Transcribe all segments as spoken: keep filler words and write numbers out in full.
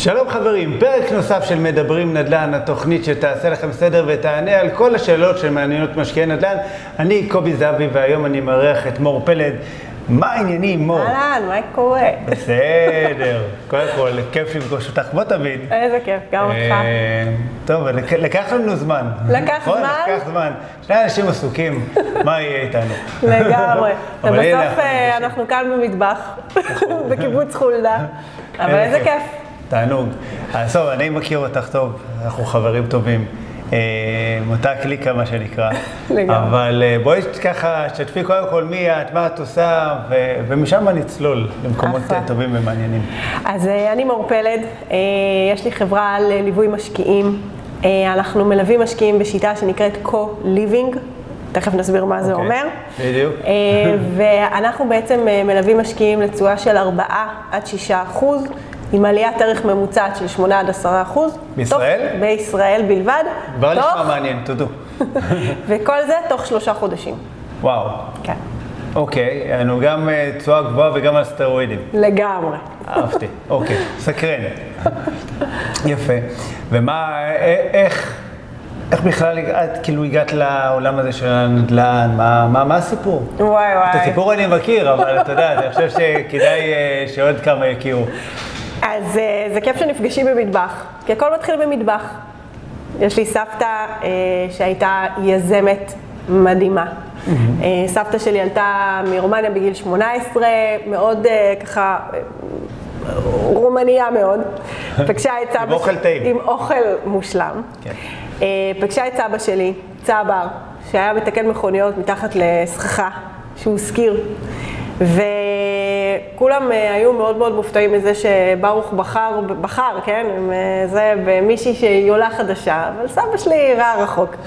שלום חברים, פרק נוסף של מדברים נדל"ן, התוכנית שתעשה לכם סדר ותענה על כל השאלות שמעניינות משקיעי נדל"ן. אני קובי זהבי והיום אני מארח את מור פלד. מה העניינים, מור? אהלן, מה קורה? בסדר, קודם כל, כיף לפגוש אותך, בוא תבין. איזה כיף, גם אותך. טוב, לקח לנו זמן. לקח זמן? לקח זמן. שני אנשים עסוקים, מה יהיה איתנו? לגמרי. ובסוף אנחנו כאן במטבח, בקיבוץ חולדה, אבל איזה כיף. תענוג. אז טוב, אני מכיר אותך טוב, אנחנו חברים טובים. אותה קליקה מה שנקרא. לגמרי. אבל בואי ככה, שתפי קודם כל מי את, מה את עושה, ומשם נצלול למקומות טובים ומעניינים. אז אני מור פלד, יש לי חברה לליווי משקיעים. אנחנו מלווים משקיעים בשיטה שנקראת co-living. תכף נסביר מה זה אומר. בדיוק. ואנחנו בעצם מלווים משקיעים לתשואה של ארבעה עד שישה אחוז. עם עליית ערך ממוצעת של שמונה עד עשרה אחוז. בישראל? תוך, בישראל בלבד. כבר נשמע מעניין, תודו. וכל זה תוך שלושה חודשים. וואו. כן. אוקיי, היינו גם תשואה גבוהה וגם על סטרואידים. לגמרי. אהבתי, אוקיי, סקרן. יפה. ומה, איך, איך בכלל את כאילו הגעת לעולם הזה של הנדל"ן? מה, מה, מה הסיפור? וואי וואי. את הסיפור אני מכיר, אבל אתה יודע, אני חושב שכדאי שעוד כמה יכירו. אז זה כיף שנפגשים במטבח, כי הכל מתחיל במטבח. יש לי סבתא שהייתה יזמת מדהימה. סבתא שלי עלתה מרומניה בגיל שמונה עשרה, מאוד ככה, רומניה מאוד. פגשה את סבא... עם אוכל טעים. עם אוכל מושלם. כן. פגשה את סבא שלי, צבר, שהיה מתקן מכוניות מתחת לסככה, שהוא הזכיר. וכולם היו מאוד מאוד מופתעים מזה שברוך בחר, בחר, כן? זה במישהי שהיא עולה חדשה, אבל סבא שלי ראה רחוק.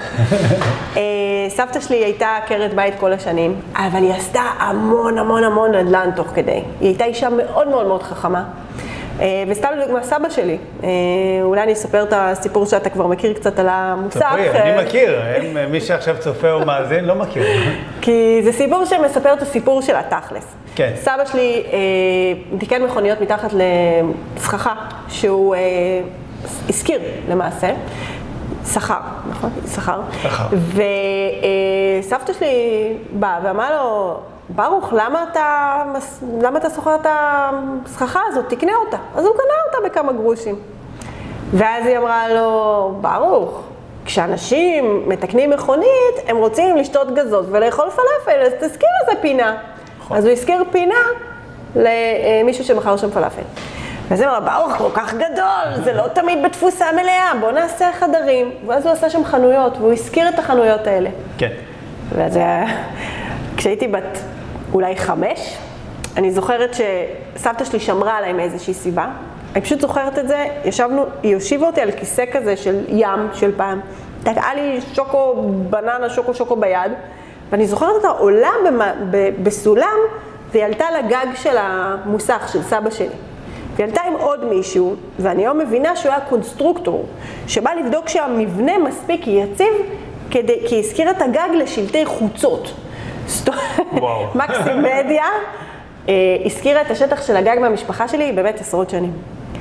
סבתא שלי הייתה עקרת בית כל השנים, אבל היא עשתה המון המון המון נדל"ן תוך כדי. היא הייתה אישה מאוד מאוד מאוד חכמה. וסתם לדוגמה, סבא שלי, אולי אני אספר את הסיפור שאתה כבר מכיר קצת על המוסך. ספרי, אני מכיר, מי שעכשיו צופה או מאזין לא מכיר. כי זה סיפור שמספר את הסיפור של התכלס. כן. סבא שלי תיקן מכוניות מתחת לסככה, שהוא הזכיר למעשה, שכר, נכון? שכר. שכר. וסבתא שלי באה ואמרה לו, ברוך, למה אתה, למה אתה שוכר את הסככה הזאת? תקנה אותה. אז הוא קנה אותה בכמה גרושים. ואז היא אמרה לו, ברוך, כשאנשים מתקנים מכונית, הם רוצים לשתות גזות ולאכול פלאפל, אז תזכיר איזה פינה. אז הוא הזכיר פינה למישהו שמכר שם פלאפל. ואז היא אמרה, ברוך, כל כך גדול, זה לא תמיד בתפוסה מלאה, בוא נעשה חדרים. ואז הוא עשה שם חנויות, והוא הזכיר את החנויות האלה. כן. ואז כשהייתי בת אולי חמש, אני זוכרת שסבתא שלי שמרה עליי מאיזושהי סיבה. אני פשוט זוכרת את זה, ישבנו, היא הושיבה אותי על כיסא כזה של ים של פעם. תקעה לי שוקו בננה, שוקו שוקו ביד, ואני זוכרת אותה עולה בסולם, והיא עלתה לגג של המוסך של סבא שלי. והיא עלתה עם עוד מישהו, ואני היום מבינה שהוא היה קונסטרוקטור, שבא לבדוק שהמבנה מספיק יציב, כדי, כי הזכיר את הגג לשלטי חוצות. וואו. מקסימדיה אה, הזכירה את השטח של הגג מהמשפחה שלי באמת עשרות שנים.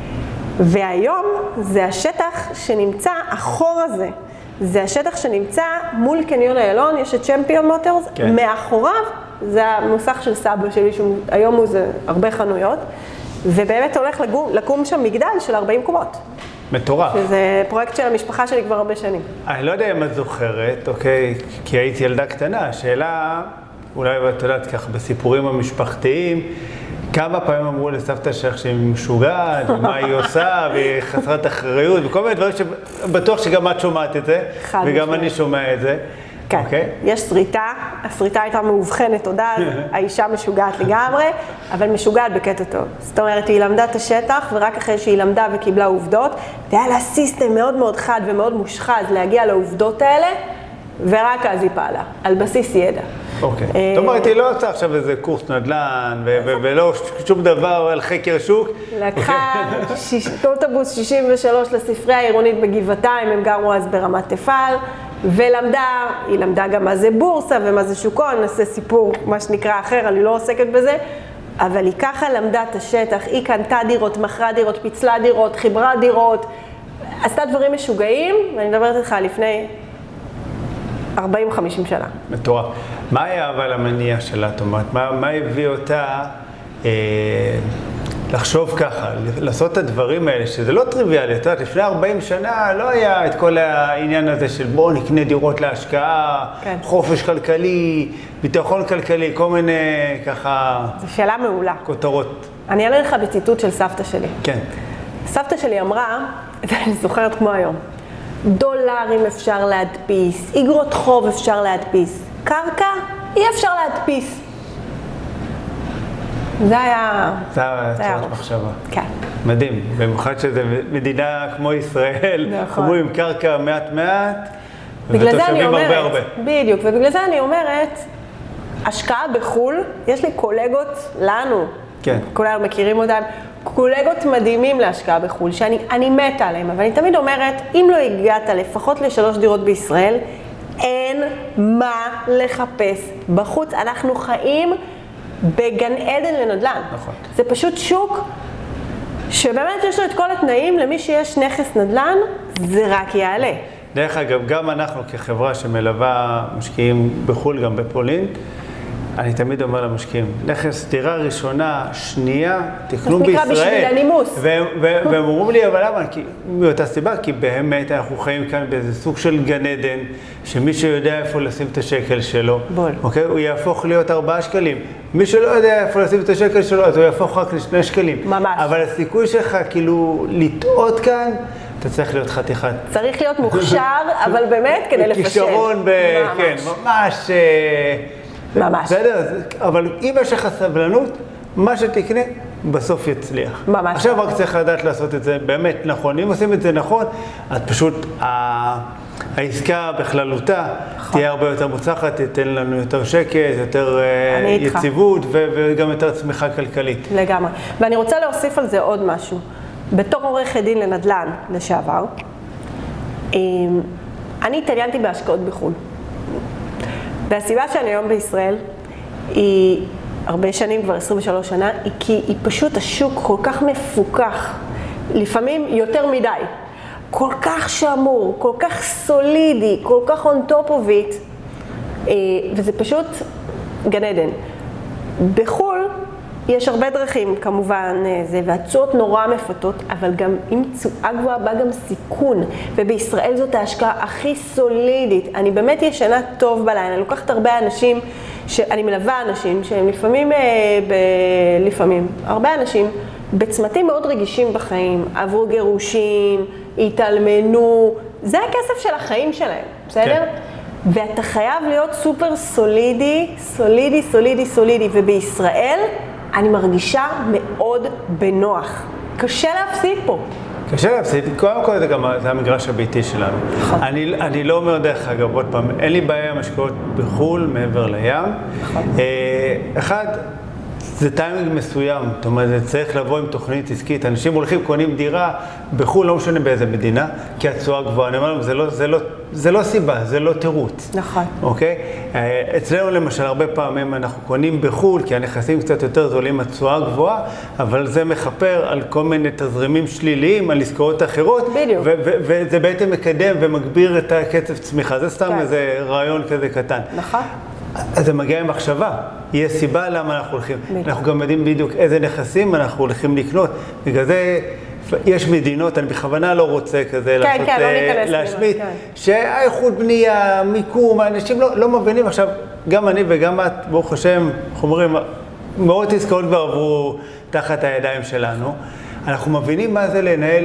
והיום זה השטח שנמצא, החור הזה, זה השטח שנמצא מול קניון איילון, יש את צ'מפיון מוטורס, כן. מאחוריו זה המוסך של סבא שלי, שהיום הוא זה הרבה חנויות, ובאמת הולך לקום, לקום שם מגדל של ארבעים קומות. מטורף. שזה פרויקט של המשפחה שלי כבר הרבה שנים. אני לא יודע אם את זוכרת, אוקיי, כי הייתי ילדה קטנה. השאלה, אולי את יודעת ככה, בסיפורים המשפחתיים, כמה פעמים אמרו לסבתא שלך שהיא משוגעת, ומה היא עושה, והיא חסרת אחריות, וכל מיני דברים שבטוח שגם את שומעת את זה, וגם אני שומע את זה. כן, okay. יש שריטה, השריטה הייתה מאובחנת עוד אז, האישה משוגעת לגמרי, אבל משוגעת בקטע טוב. זאת אומרת, היא למדה את השטח, ורק אחרי שהיא למדה וקיבלה עובדות, והיה לה סיסטם מאוד מאוד חד ומאוד מושחז להגיע לעובדות האלה, ורק אז היא פעלה, על בסיס ידע. אוקיי. זאת אומרת, היא לא עושה עכשיו איזה קורס נדל"ן, ולא שום דבר על חקר שוק. לקחה אוטובוס שישים ושלוש לספרייה העירונית בגבעתיים, הם גרו אז ברמת תפעל, ולמדה, היא למדה גם מה זה בורסה ומה זה שוק הון, נעשה סיפור, מה שנקרא אחר, אני לא עוסקת בזה, אבל היא ככה למדה את השטח, היא קנתה דירות, מכרה דירות, פיצלה דירות, חיברה דירות, עשתה דברים משוגעים, ואני מדברת איתך לפני ארבעים חמישים שנה. מטורף. מה היה אבל המניע שלה, זאת אומרת? מה, מה הביא אותה אה, לחשוב ככה, לעשות את הדברים האלה, שזה לא טריוויאלי, את יודעת, לפני ארבעים שנה לא היה את כל העניין הזה של בואו נקנה דירות להשקעה, כן. חופש כלכלי, ביטחון כלכלי, כל מיני ככה... זו שאלה מעולה. כותרות. אני אעלה לך בציטוט של סבתא שלי. כן. סבתא שלי אמרה, אני זוכרת כמו היום, דולרים אפשר להדפיס, אגרות חוב אפשר להדפיס, קרקע אי אפשר להדפיס. זה היה... זה היה צורת מחשבה. כן. מדהים, במיוחד שזה מדינה כמו ישראל, נכון. אומרים קרקע מעט מעט, בגלל זה אני ותושבים אומרת, הרבה הרבה. בדיוק, ובגלל זה אני אומרת, השקעה בחול, יש לי קולגות לנו, כן. כולנו מכירים אותם, קולגות מדהימים להשקעה בחול, שאני אני מתה עליהם, אבל אני תמיד אומרת, אם לא הגעת לפחות לשלוש דירות בישראל, אין מה לחפש בחוץ. אנחנו חיים בגן עדן לנדל"ן. נכון. זה פשוט שוק שבאמת יש לו את כל התנאים, למי שיש נכס נדל"ן, זה רק יעלה. דרך אגב, גם אנחנו כחברה שמלווה משקיעים בחול, גם בפולין, אני תמיד אומר למשקיעים, נכס דירה ראשונה, שנייה, תקנו בישראל. זה נקרא בשביל הנימוס. והם אומרים לי, אבל למה? מאותה סיבה, כי באמת אנחנו חיים כאן באיזה סוג של גן עדן, שמי שיודע איפה לשים את השקל שלו, אוקיי? הוא יהפוך להיות ארבעה שקלים. מי שלא יודע איפה לשים את השקל שלו, אז הוא יהפוך רק לשני שקלים. ממש. אבל הסיכוי שלך כאילו לטעות כאן, אתה צריך להיות חתיכת. צריך להיות מוכשר, אבל באמת כדי לפשט. כישרון ב... כן, ממש... ממש. בסדר, אבל אם יש לך סבלנות, מה שתקנה, בסוף יצליח. ממש. עכשיו רק צריך לדעת לעשות את זה באמת נכון. אם עושים את זה נכון, אז פשוט העסקה בכללותה תהיה הרבה יותר מוצלחת, תיתן לנו יותר שקט, יותר יציבות וגם יותר צמיחה כלכלית. לגמרי. ואני רוצה להוסיף על זה עוד משהו. בתור עורכת דין לנדל"ן לשעבר, אני התעניינתי בהשקעות בחו"ל. והסיבה שאני היום בישראל היא הרבה שנים, כבר עשרים ושלוש שנה, היא כי היא פשוט השוק כל כך מפוקח, לפעמים יותר מדי, כל כך שמור, כל כך סולידי, כל כך on top of it, וזה פשוט גן עדן. בחו"ל יש הרבה דרכים כמובן, זה, והתשואות נורא מפתות, אבל גם עם תשואה גבוהה בא גם סיכון, ובישראל זאת ההשקעה הכי סולידית. אני באמת ישנה טוב בלילה, אני לוקחת הרבה אנשים, שאני מלווה אנשים שהם לפעמים, ב, לפעמים, הרבה אנשים בצמתים מאוד רגישים בחיים, עברו גירושים, התאלמנו, זה הכסף של החיים שלהם, בסדר? כן. ואתה חייב להיות סופר סולידי, סולידי, סולידי, סולידי, ובישראל אני מרגישה מאוד בנוח. קשה להפסיד פה. קשה להפסיד. קודם כל זה גם זה המגרש הביתי שלנו. נכון. אני, אני לא אומר דרך אגב, עוד פעם, אין לי בעיה עם השקעות בחו"ל מעבר לים. נכון. אחד, זה טיימינג מסוים, זאת אומרת, זה צריך לבוא עם תוכנית עסקית. אנשים הולכים, קונים דירה בחו"ל, לא משנה באיזה מדינה, כי התשואה גבוהה. אני אומר להם, זה לא, זה לא, זה לא סיבה, זה לא תירוץ. נכון. אוקיי? אצלנו למשל, הרבה פעמים אנחנו קונים בחו"ל, כי הנכסים קצת יותר זולים, התשואה גבוהה, אבל זה מחפר על כל מיני תזרימים שליליים, על עסקאות אחרות. בדיוק. ו- ו- וזה בעצם מקדם ומגביר את הקצב צמיחה. זה סתם כן. איזה רעיון כזה קטן. נכון. אז זה מגיע עם מחשבה. יש סיבה למה אנחנו הולכים. בדיוק. אנחנו גם יודעים בדיוק איזה נכסים אנחנו הולכים לקנות. בגלל זה יש מדינות, אני בכוונה לא רוצה כזה כן, לעשות, כן, לא להשמיט, כן. שהאיכות בנייה, מיקום, האנשים לא, לא מבינים. עכשיו, גם אני וגם את, ברוך השם, אנחנו אומרים, מאות עסקאות כבר עברו תחת הידיים שלנו. אנחנו מבינים מה זה לנהל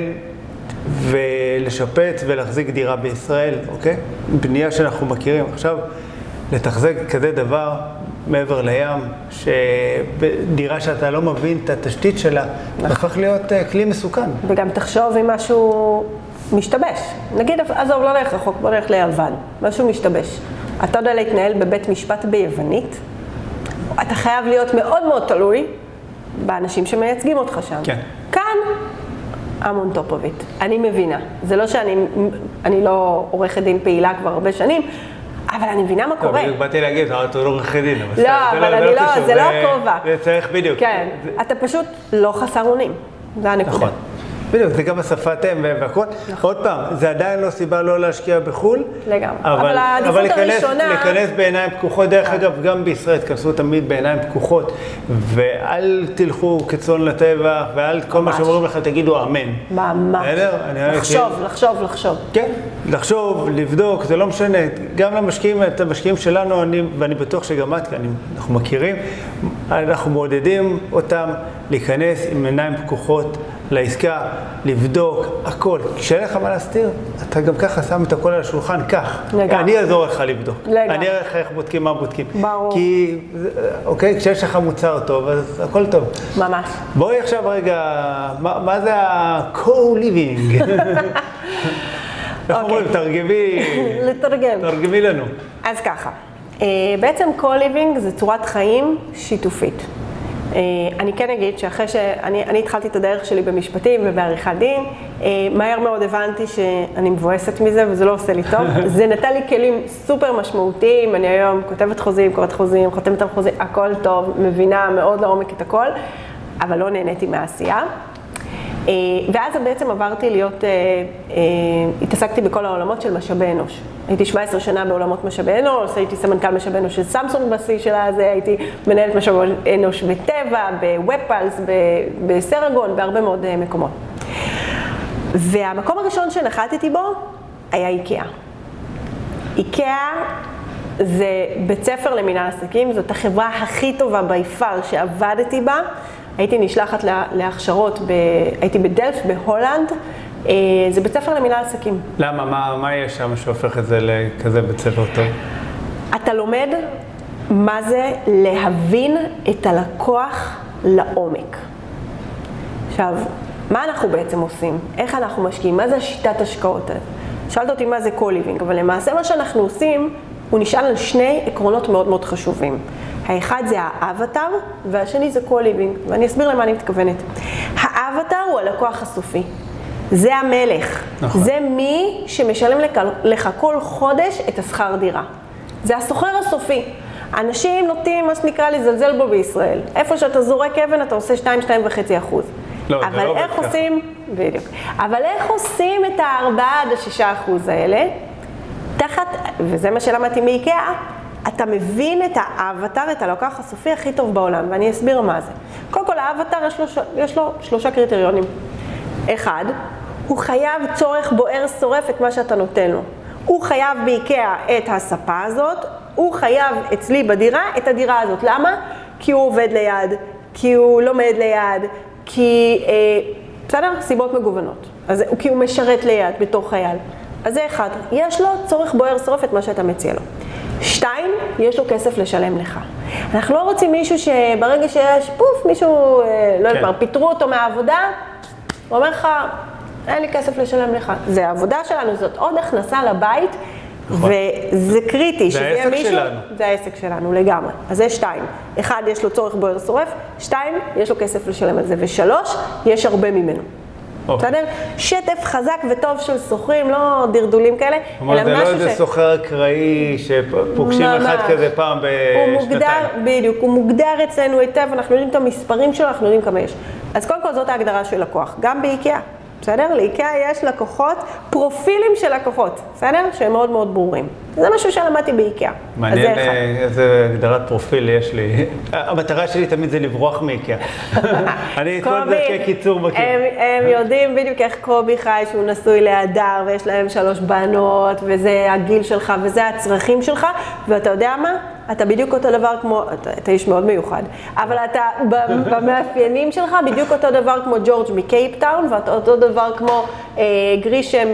ולשפץ ולהחזיק דירה בישראל, אוקיי? בנייה שאנחנו מכירים. עכשיו, לתחזק כזה דבר מעבר לים, שדירה שאתה לא מבין את התשתית שלה, הופך להיות כלי מסוכן. וגם תחשוב אם משהו משתבש. נגיד, עזוב, לא נלך רחוק, בוא נלך ליוון. משהו משתבש. אתה יודע להתנהל בבית משפט ביוונית, אתה חייב להיות מאוד מאוד תלוי באנשים שמייצגים אותך שם. כן. כאן, I'm on top of it. אני מבינה. זה לא שאני אני לא עורכת דין פעילה כבר הרבה שנים, אבל אני מבינה מה קורה. בדיוק באתי להגיד, אתה לא עורך דין. לא, אבל אני לא, זה לא הכובע. זה צריך בדיוק. כן, אתה פשוט לא חסר אונים. זה הנקודה. נכון. בדיוק, זה גם השפת אם והכל. עוד פעם, זה עדיין לא סיבה לא להשקיע בחו"ל. לגמרי. אבל העדיפות הראשונה... להיכנס בעיניים פקוחות, דרך אגב, גם בישראל תכנסו תמיד בעיניים פקוחות, ואל תלכו כצאן לטבע, ואל כל מה שאומרים לך תגידו אמן. ממש. לחשוב, לחשוב, לחשוב. כן, לחשוב, לבדוק, זה לא משנה. גם למשקיעים, את המשקיעים שלנו, ואני בטוח שגם את, אנחנו מכירים, אנחנו מעודדים אותם להיכנס עם עיניים פקוחות לעסקה, לבדוק, הכל. כשאין לך מה להסתיר, אתה גם ככה שם את הכל על השולחן, כך. לגמרי. אני אעזור לך לבדוק. לגמרי. אני אראה לך איך בודקים, מה בודקים. ברור. כי, אוקיי, כשיש לך מוצר טוב, אז הכל טוב. ממש. בואי עכשיו רגע, מה, מה זה ה-co-living? איך אומרים, תרגמי... לתרגם. תרגמי לנו. אז ככה, בעצם co-living זה צורת חיים שיתופית. אני כן אגיד שאחרי שאני אני התחלתי את הדרך שלי במשפטים ובעריכת דין, מהר מאוד הבנתי שאני מבואסת מזה וזה לא עושה לי טוב. זה נתן לי כלים סופר משמעותיים, אני היום כותבת חוזים, קוראת חוזים, חותמת על חוזים, הכל טוב, מבינה מאוד לעומק את הכל, אבל לא נהניתי מהעשייה. ואז בעצם עברתי להיות, התעסקתי בכל העולמות של משאבי אנוש. הייתי שבע עשרה שנה בעולמות משאבי אנוש, הייתי סמנכ"ל משאבי אנוש של סמסונג בשיא שלה, הייתי מנהלת משאבי אנוש בטבע, בוופלס, בסרגון, בהרבה מאוד מקומות. והמקום הראשון שנחתתי בו היה איקאה. איקאה זה בית ספר למנהל עסקים, זאת החברה הכי טובה ביפר שעבדתי בה. הייתי נשלחת להכשרות, ב... הייתי בדלפט, בהולנד, זה בית ספר למנהל עסקים. למה? מה, מה יש שם שהופך את זה לכזה בית ספר טוב? אתה לומד מה זה להבין את הלקוח לעומק. עכשיו, מה אנחנו בעצם עושים? איך אנחנו משקיעים? מה זה השיטת השקעות? שאלת אותי מה זה co-living, אבל למעשה מה שאנחנו עושים, הוא נשאל על שני עקרונות מאוד מאוד חשובים. האחד זה האבטר, והשני זה co-living, ואני אסביר למה אני מתכוונת. האבטר הוא הלקוח הסופי. זה המלך. נכון. זה מי שמשלם לך כל חודש את השכר דירה. זה הסוחר הסופי. אנשים נוטים, מה שנקרא, לזלזל בו בישראל. איפה שאתה זורק אבן, אתה עושה שתיים עד שתיים וחצי אחוז. לא, אבל זה לא איך עושים, בדיוק. אבל איך עושים את הארבעה עד השישה אחוז האלה? תחת, וזה מה שלמדתי מאיקאה, אתה מבין את האבטר, את הלקוח הסופי הכי טוב בעולם, ואני אסביר מה זה. קודם כל, האבטר יש לו, יש לו שלושה קריטריונים. אחד, הוא חייב צורך בוער שורף את מה שאתה נותן לו. הוא חייב באיקאה את הספה הזאת, הוא חייב אצלי בדירה את הדירה הזאת. למה? כי הוא עובד ליד, כי הוא לומד ליד, כי, אה, בסדר? סיבות מגוונות. אז, כי הוא משרת ליד בתור חייל. אז זה אחד, יש לו צורך בוער שורף את מה שאתה מציע לו. שתיים, יש לו כסף לשלם לך. אנחנו לא רוצים מישהו שברגע שיש פוף, מישהו, לא יודע, כן. פיטרו אותו מהעבודה, הוא אומר לך, אין לי כסף לשלם לך. זה העבודה שלנו, זאת עוד הכנסה לבית, נכון. וזה קריטי. זה העסק מישהו, שלנו. זה העסק שלנו, לגמרי. אז זה שתיים. אחד, יש לו צורך בוער שורף, שתיים, יש לו כסף לשלם על זה, ושלוש, יש הרבה ממנו. בסדר? שטף חזק וטוב של סוחרים, לא דרדולים כאלה, אלא זה לא איזה סוחר אקראי שפוגשים אחד כזה פעם בשנתיים. בדיוק, הוא מוגדר אצלנו היטב, אנחנו יודעים את המספרים שלו, אנחנו יודעים כמה יש. אז קודם כל זאת ההגדרה של לקוח, גם באיקאה, בסדר? לאיקאה יש לקוחות, פרופילים של לקוחות, בסדר? שהם מאוד מאוד ברורים. זה משהו שלמדתי באיקאה. מעניין איזה הגדרת פרופיל יש לי. המטרה שלי תמיד זה לברוח מאיקאה. אני את כל זה כקיצור מכיר. הם יודעים בדיוק איך קובי חי, שהוא נשוי להדר, ויש להם שלוש בנות, וזה הגיל שלך, וזה הצרכים שלך, ואתה יודע מה? אתה בדיוק אותו דבר כמו, אתה, אתה איש מאוד מיוחד, אבל אתה במאפיינים שלך בדיוק אותו דבר כמו ג'ורג' מקייפטאון, ואתה אותו דבר כמו אה, גרישה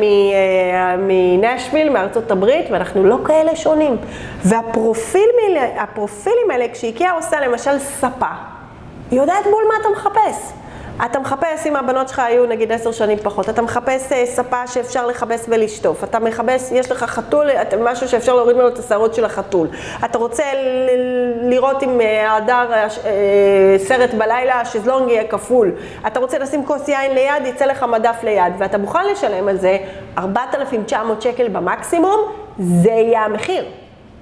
מנשוויל, מארצות הברית, ואנחנו לא כאלה שונים. והפרופילים הפרופילים האלה, כשאיקאה עושה למשל ספה, היא יודעת מול מה אתה מחפש. אתה מחפש, אם הבנות שלך היו נגיד עשר שנים פחות, אתה מחפש ספה שאפשר לחפש ולשטוף, אתה מחפש, יש לך חתול, משהו שאפשר להוריד ממנו את השערות של החתול, אתה רוצה לראות עם הדר סרט בלילה, שזלונג יהיה כפול, אתה רוצה לשים כוס יין ליד, יצא לך מדף ליד, ואתה מוכן לשלם על זה ארבעת אלפים תשע מאות שקל במקסימום, זה יהיה המחיר.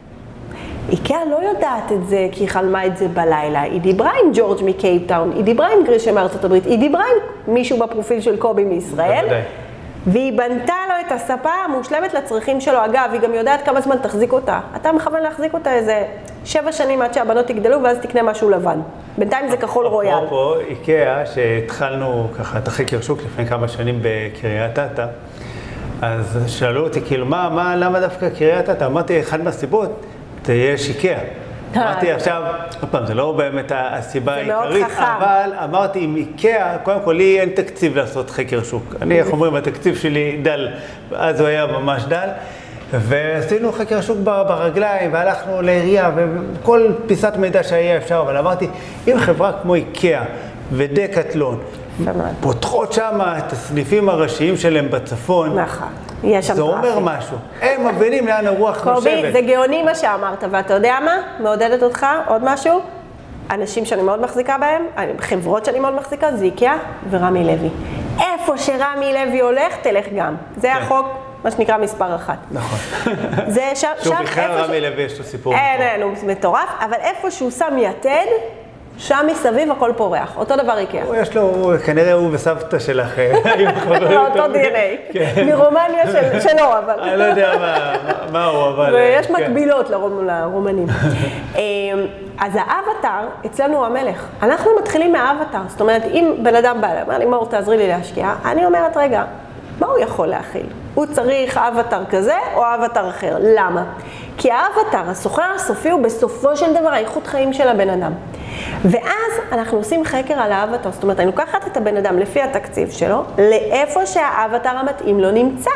איקאה לא יודעת את זה כי היא חלמה את זה בלילה. היא דיברה עם ג'ורג' מקייפטאון, היא דיברה עם גרישה מארצות הברית, היא דיברה עם מישהו בפרופיל של קובי מישראל, בוודאי. והיא בנתה לו את הספה המושלמת לצרכים שלו. אגב, היא גם יודעת כמה זמן תחזיק אותה. אתה מכוון להחזיק אותה איזה שבע שנים עד שהבנות יגדלו, ואז תקנה משהו לבן. בינתיים זה כחול רויאל. אפרופו איקאה, שהתחלנו ככה את החקר שוק לפני כמה שנים בקריית אתא, אז שאלו אותי, כאילו, מה, מה, למה דווקא קריית אתא? אמרתי, אחד מהסיבות, יש איקאה. אמרתי עכשיו, עוד פעם, זה לא באמת הסיבה העיקרית, אבל אמרתי, עם איקאה, קודם כל, לי אין תקציב לעשות חקר שוק. אני, איך אומרים, התקציב שלי דל, אז הוא היה ממש דל, ועשינו חקר שוק ברגליים, והלכנו לעירייה, וכל פיסת מידע שהיה אפשר, אבל אמרתי, אם חברה כמו איקאה ודקטלון, פותחות שם את הסניפים הראשיים שלהם בצפון, זה אומר משהו. הם מבינים לאן הרוח נושבת. קובי, זה גאוני מה שאמרת, ואתה יודע מה? מעודדת אותך עוד משהו? אנשים שאני מאוד מחזיקה בהם, חברות שאני מאוד מחזיקה, זה איקאה ורמי לוי. איפה שרמי לוי הולך, תלך גם. זה החוק, מה שנקרא מספר אחת. נכון. שהוא בכלל רמי לוי יש לו סיפור. אין, אין, הוא מטורף, אבל איפה שהוא שם יתד, שם מסביב הכל פורח, אותו דבר איקאה. יש לו, כנראה הוא וסבתא שלך. אותו די אן איי, מרומניה שלו, אבל... אני לא יודע מה הוא, אבל... ויש מקבילות לרומנים. אז האבטר, אצלנו הוא המלך. אנחנו מתחילים מהאבטר, זאת אומרת, אם בן אדם בא, אמר לי, מאור, תעזרי לי להשקיע, אני אומרת, רגע, מה הוא יכול להכיל? הוא צריך אבטר כזה או אבטר אחר. למה? כי האבטר, הסוחר הסופי, הוא בסופו של דבר האיכות חיים של הבן אדם. ואז אנחנו עושים חקר על האבטר, זאת אומרת, אני לוקחת את הבן אדם לפי התקציב שלו, לאיפה שהאבטר המתאים לו נמצא.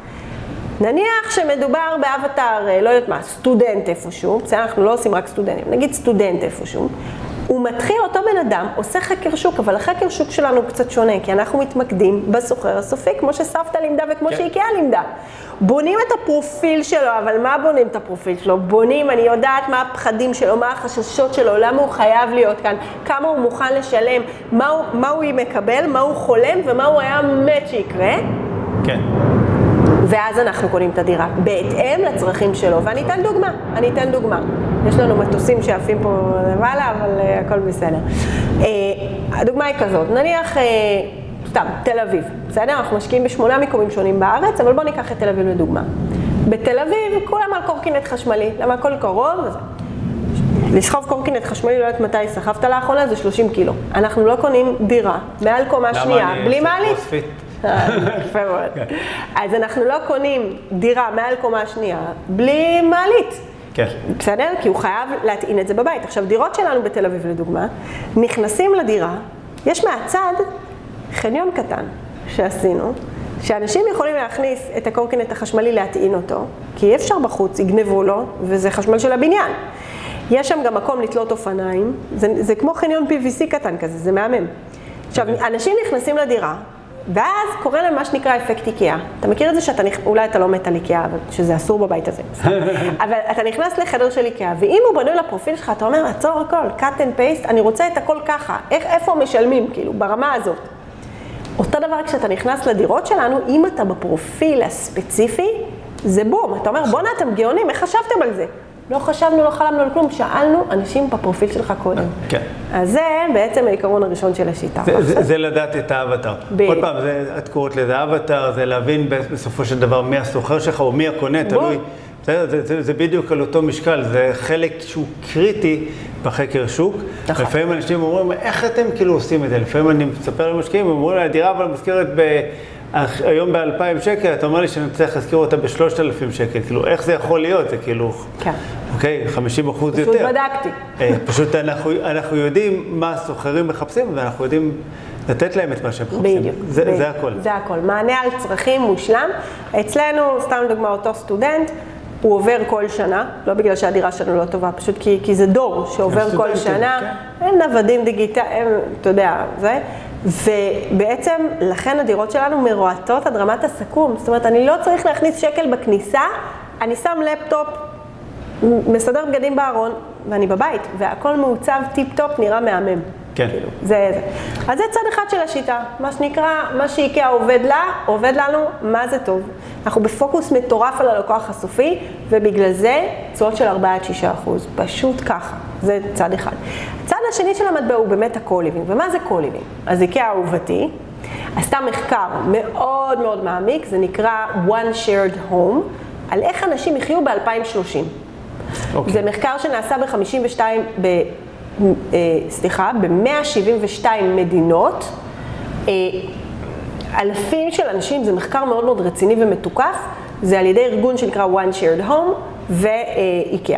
נניח שמדובר באבטר, לא יודעת מה, סטודנט איפשהו, בסדר, אנחנו לא עושים רק סטודנטים, נגיד סטודנט איפשהו, הוא מתחיל, אותו בן אדם, עושה חקר שוק, אבל החקר שוק שלנו הוא קצת שונה, כי אנחנו מתמקדים בסוחר הסופי, כמו שסבתא לימדה וכמו כן. שאיקאה לימדה. בונים את הפרופיל שלו, אבל מה בונים את הפרופיל שלו? בונים, אני יודעת מה הפחדים שלו, מה החששות שלו, למה הוא חייב להיות כאן, כמה הוא מוכן לשלם, מה הוא, מה הוא מקבל, מה הוא חולם ומה הוא היה מת שיקרה. כן. ואז אנחנו קונים את הדירה, בהתאם לצרכים שלו. ואני אתן דוגמה, אני אתן דוגמה. יש לנו מטוסים שעפים פה למעלה, אבל uh, הכל בסדר. Uh, הדוגמה היא כזאת, נניח, uh, סתם, תל אביב, בסדר? אנחנו משקיעים בשמונה מיקומים שונים בארץ, אבל בואו ניקח את תל אביב לדוגמה. בתל אביב, כולם על קורקינט חשמלי, למה הכל קרוב? וזה. לסחוב קורקינט חשמלי, לא יודעת מתי סחבת לאחרונה, זה שלושים קילו. אנחנו לא קונים דירה, מעל קומה שנייה, בלי מעלית. יפה מאוד. אז אנחנו לא קונים דירה מעל קומה שנייה בלי מעלית. כן. בסדר? כי הוא חייב להטעין את זה בבית. עכשיו, דירות שלנו בתל אביב לדוגמה, נכנסים לדירה, יש מהצד חניון קטן שעשינו, שאנשים יכולים להכניס את הקורקינט החשמלי להטעין אותו, כי אי אפשר בחוץ, יגנבו לו, וזה חשמל של הבניין. יש שם גם מקום לתלות אופניים, זה, זה כמו חניון פי וי סי קטן כזה, זה מהמם. עכשיו, אנשים נכנסים לדירה, ואז קורה להם מה שנקרא אפקט איקאה. אתה מכיר את זה שאתה, אולי אתה לא מת על איקאה, שזה אסור בבית הזה. אבל אתה נכנס לחדר של איקאה, ואם הוא בנוי לפרופיל שלך, אתה אומר, עצור הכל, cut and paste, אני רוצה את הכל ככה. איך, איפה משלמים, כאילו, ברמה הזאת. אותו דבר כשאתה נכנס לדירות שלנו, אם אתה בפרופיל הספציפי, זה בום. אתה אומר, בוא נה, אתם גאונים, איך חשבתם על זה? לא חשבנו, לא חלמנו על כלום, שאלנו אנשים בפרופיל שלך קודם. כן. אז זה בעצם העיקרון הראשון של השיטה. זה, זה לדעת את האבטר. עוד פעם, זה, את קוראת לזה אבטר, זה להבין בסופו של דבר מי הסוחר שלך או מי הקונה, תלוי. זה, זה, זה, זה בדיוק על אותו משקל, זה חלק שהוא קריטי בחקר שוק. לפעמים אנשים אומרים, איך אתם כאילו עושים את זה? לפעמים אני מספר למשקיעים, הם אומרים, הדירה אבל מזכרת ב... היום ב-אלפיים שקל, אתה אומר לי שאני צריך להזכיר אותה ב-שלושת אלפים שקל, כאילו, איך זה יכול להיות? זה כאילו, כן. אוקיי, חמישים אחוז יותר. פשוט בדקתי. פשוט אנחנו, אנחנו יודעים מה הסוחרים מחפשים, ואנחנו יודעים לתת להם את מה שהם מחפשים. בדיוק. זה, בדיוק. זה הכל. זה הכל. מענה על צרכים מושלם. אצלנו, סתם דוגמה, אותו סטודנט, הוא עובר כל שנה, לא בגלל שהדירה שלנו לא טובה, פשוט כי, כי זה דור שעובר כל שנה, כן. הם נוודים דיגיטליים, אתה יודע, זה. ובעצם לכן הדירות שלנו מרועטות עד רמת הסכו"ם. זאת אומרת, אני לא צריך להכניס שקל בכניסה, אני שם לפטופ, מסדר בגדים בארון, ואני בבית, והכל מעוצב טיפ-טופ, נראה מהמם. כן. כאילו, זה, זה. אז זה צד אחד של השיטה, מה שנקרא, מה שאיקאה עובד לה, עובד לנו, מה זה טוב. אנחנו בפוקוס מטורף על הלקוח הסופי, ובגלל זה תשואות של ארבעה עד שישה אחוז, פשוט ככה, זה צד אחד. הצד השני של המטבע הוא באמת ה-co-living, ומה זה co-living? אז איקאה אהובתי, עשתה מחקר מאוד מאוד מעמיק, זה נקרא One Shared Home, על איך אנשים יחיו ב-אלפיים ושלושים. Okay. זה מחקר שנעשה ב-חמישים ושתיים, ב, אה, סליחה, ב-מאה שבעים ושתיים מדינות, אה, אלפים של אנשים, זה מחקר מאוד מאוד רציני ומתוקף, זה על ידי ארגון שנקרא One Shared Home ואיקאה.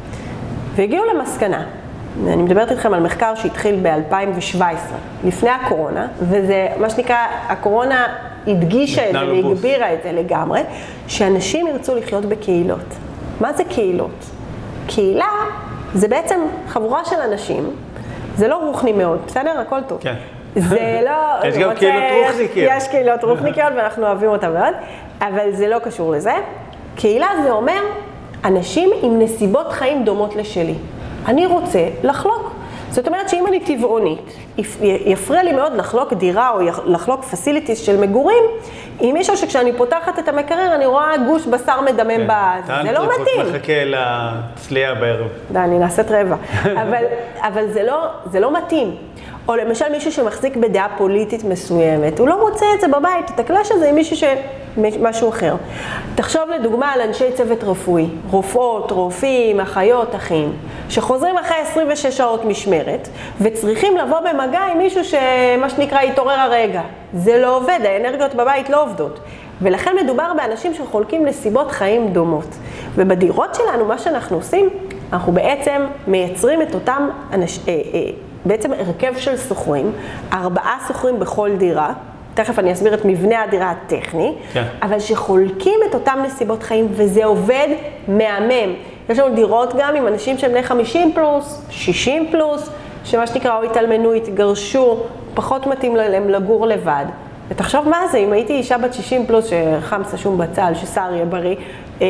והגיעו למסקנה, אני מדברת איתכם על מחקר שהתחיל ב-אלפיים שבע עשרה, לפני הקורונה, וזה מה שנקרא, הקורונה הדגישה את זה והגבירה את זה לגמרי, שאנשים ירצו לחיות בקהילות. מה זה קהילות? קהילה זה בעצם חבורה של אנשים, זה לא רוחני מאוד, בסדר? הכל טוב. כן. זה לא... יש גם קהילות רוחניקיות. יש קהילות רוחניקיות ואנחנו אוהבים אותה מאוד, אבל זה לא קשור לזה. קהילה זה אומר אנשים עם נסיבות חיים דומות לשלי. אני רוצה לחלוק. זאת אומרת שאם אני טבעונית, יפריע לי מאוד לחלוק דירה או לחלוק פסיליטיס של מגורים, עם מישהו שכשאני פותחת את המקרר אני רואה גוש בשר מדמם בזה, זה לא מתאים. אתה מחכה לצלייה בערב. די, אני נעשית רבע. אבל, אבל זה לא, זה לא מתאים. או למשל מישהו שמחזיק בדעה פוליטית מסוימת, הוא לא מוצא את זה בבית, את הקלאש הזה עם מישהו ש... משהו אחר. תחשוב לדוגמה על אנשי צוות רפואי, רופאות, רופאים, אחיות, אחים, שחוזרים אחרי עשרים ושש שעות משמרת, וצריכים לבוא במגע עם מישהו שמה שנקרא יתעורר הרגע. זה לא עובד, האנרגיות בבית לא עובדות. ולכן מדובר באנשים שחולקים נסיבות חיים דומות. ובדירות שלנו, מה שאנחנו עושים, אנחנו בעצם מייצרים את אותם אנש... בעצם הרכב של סוחרים, ארבעה סוחרים בכל דירה, תכף אני אסביר את מבנה הדירה הטכני, כן. אבל שחולקים את אותם נסיבות חיים, וזה עובד מהמם. יש לנו דירות גם עם אנשים שהם בני חמישים פלוס, שישים פלוס, שמה שנקרא או התאלמנו, התגרשו, פחות מתאים להם לגור לבד. ותחשוב מה זה, אם הייתי אישה בת שישים פלוס שחמסה שום בצל, ששר יהיה בריא, אה,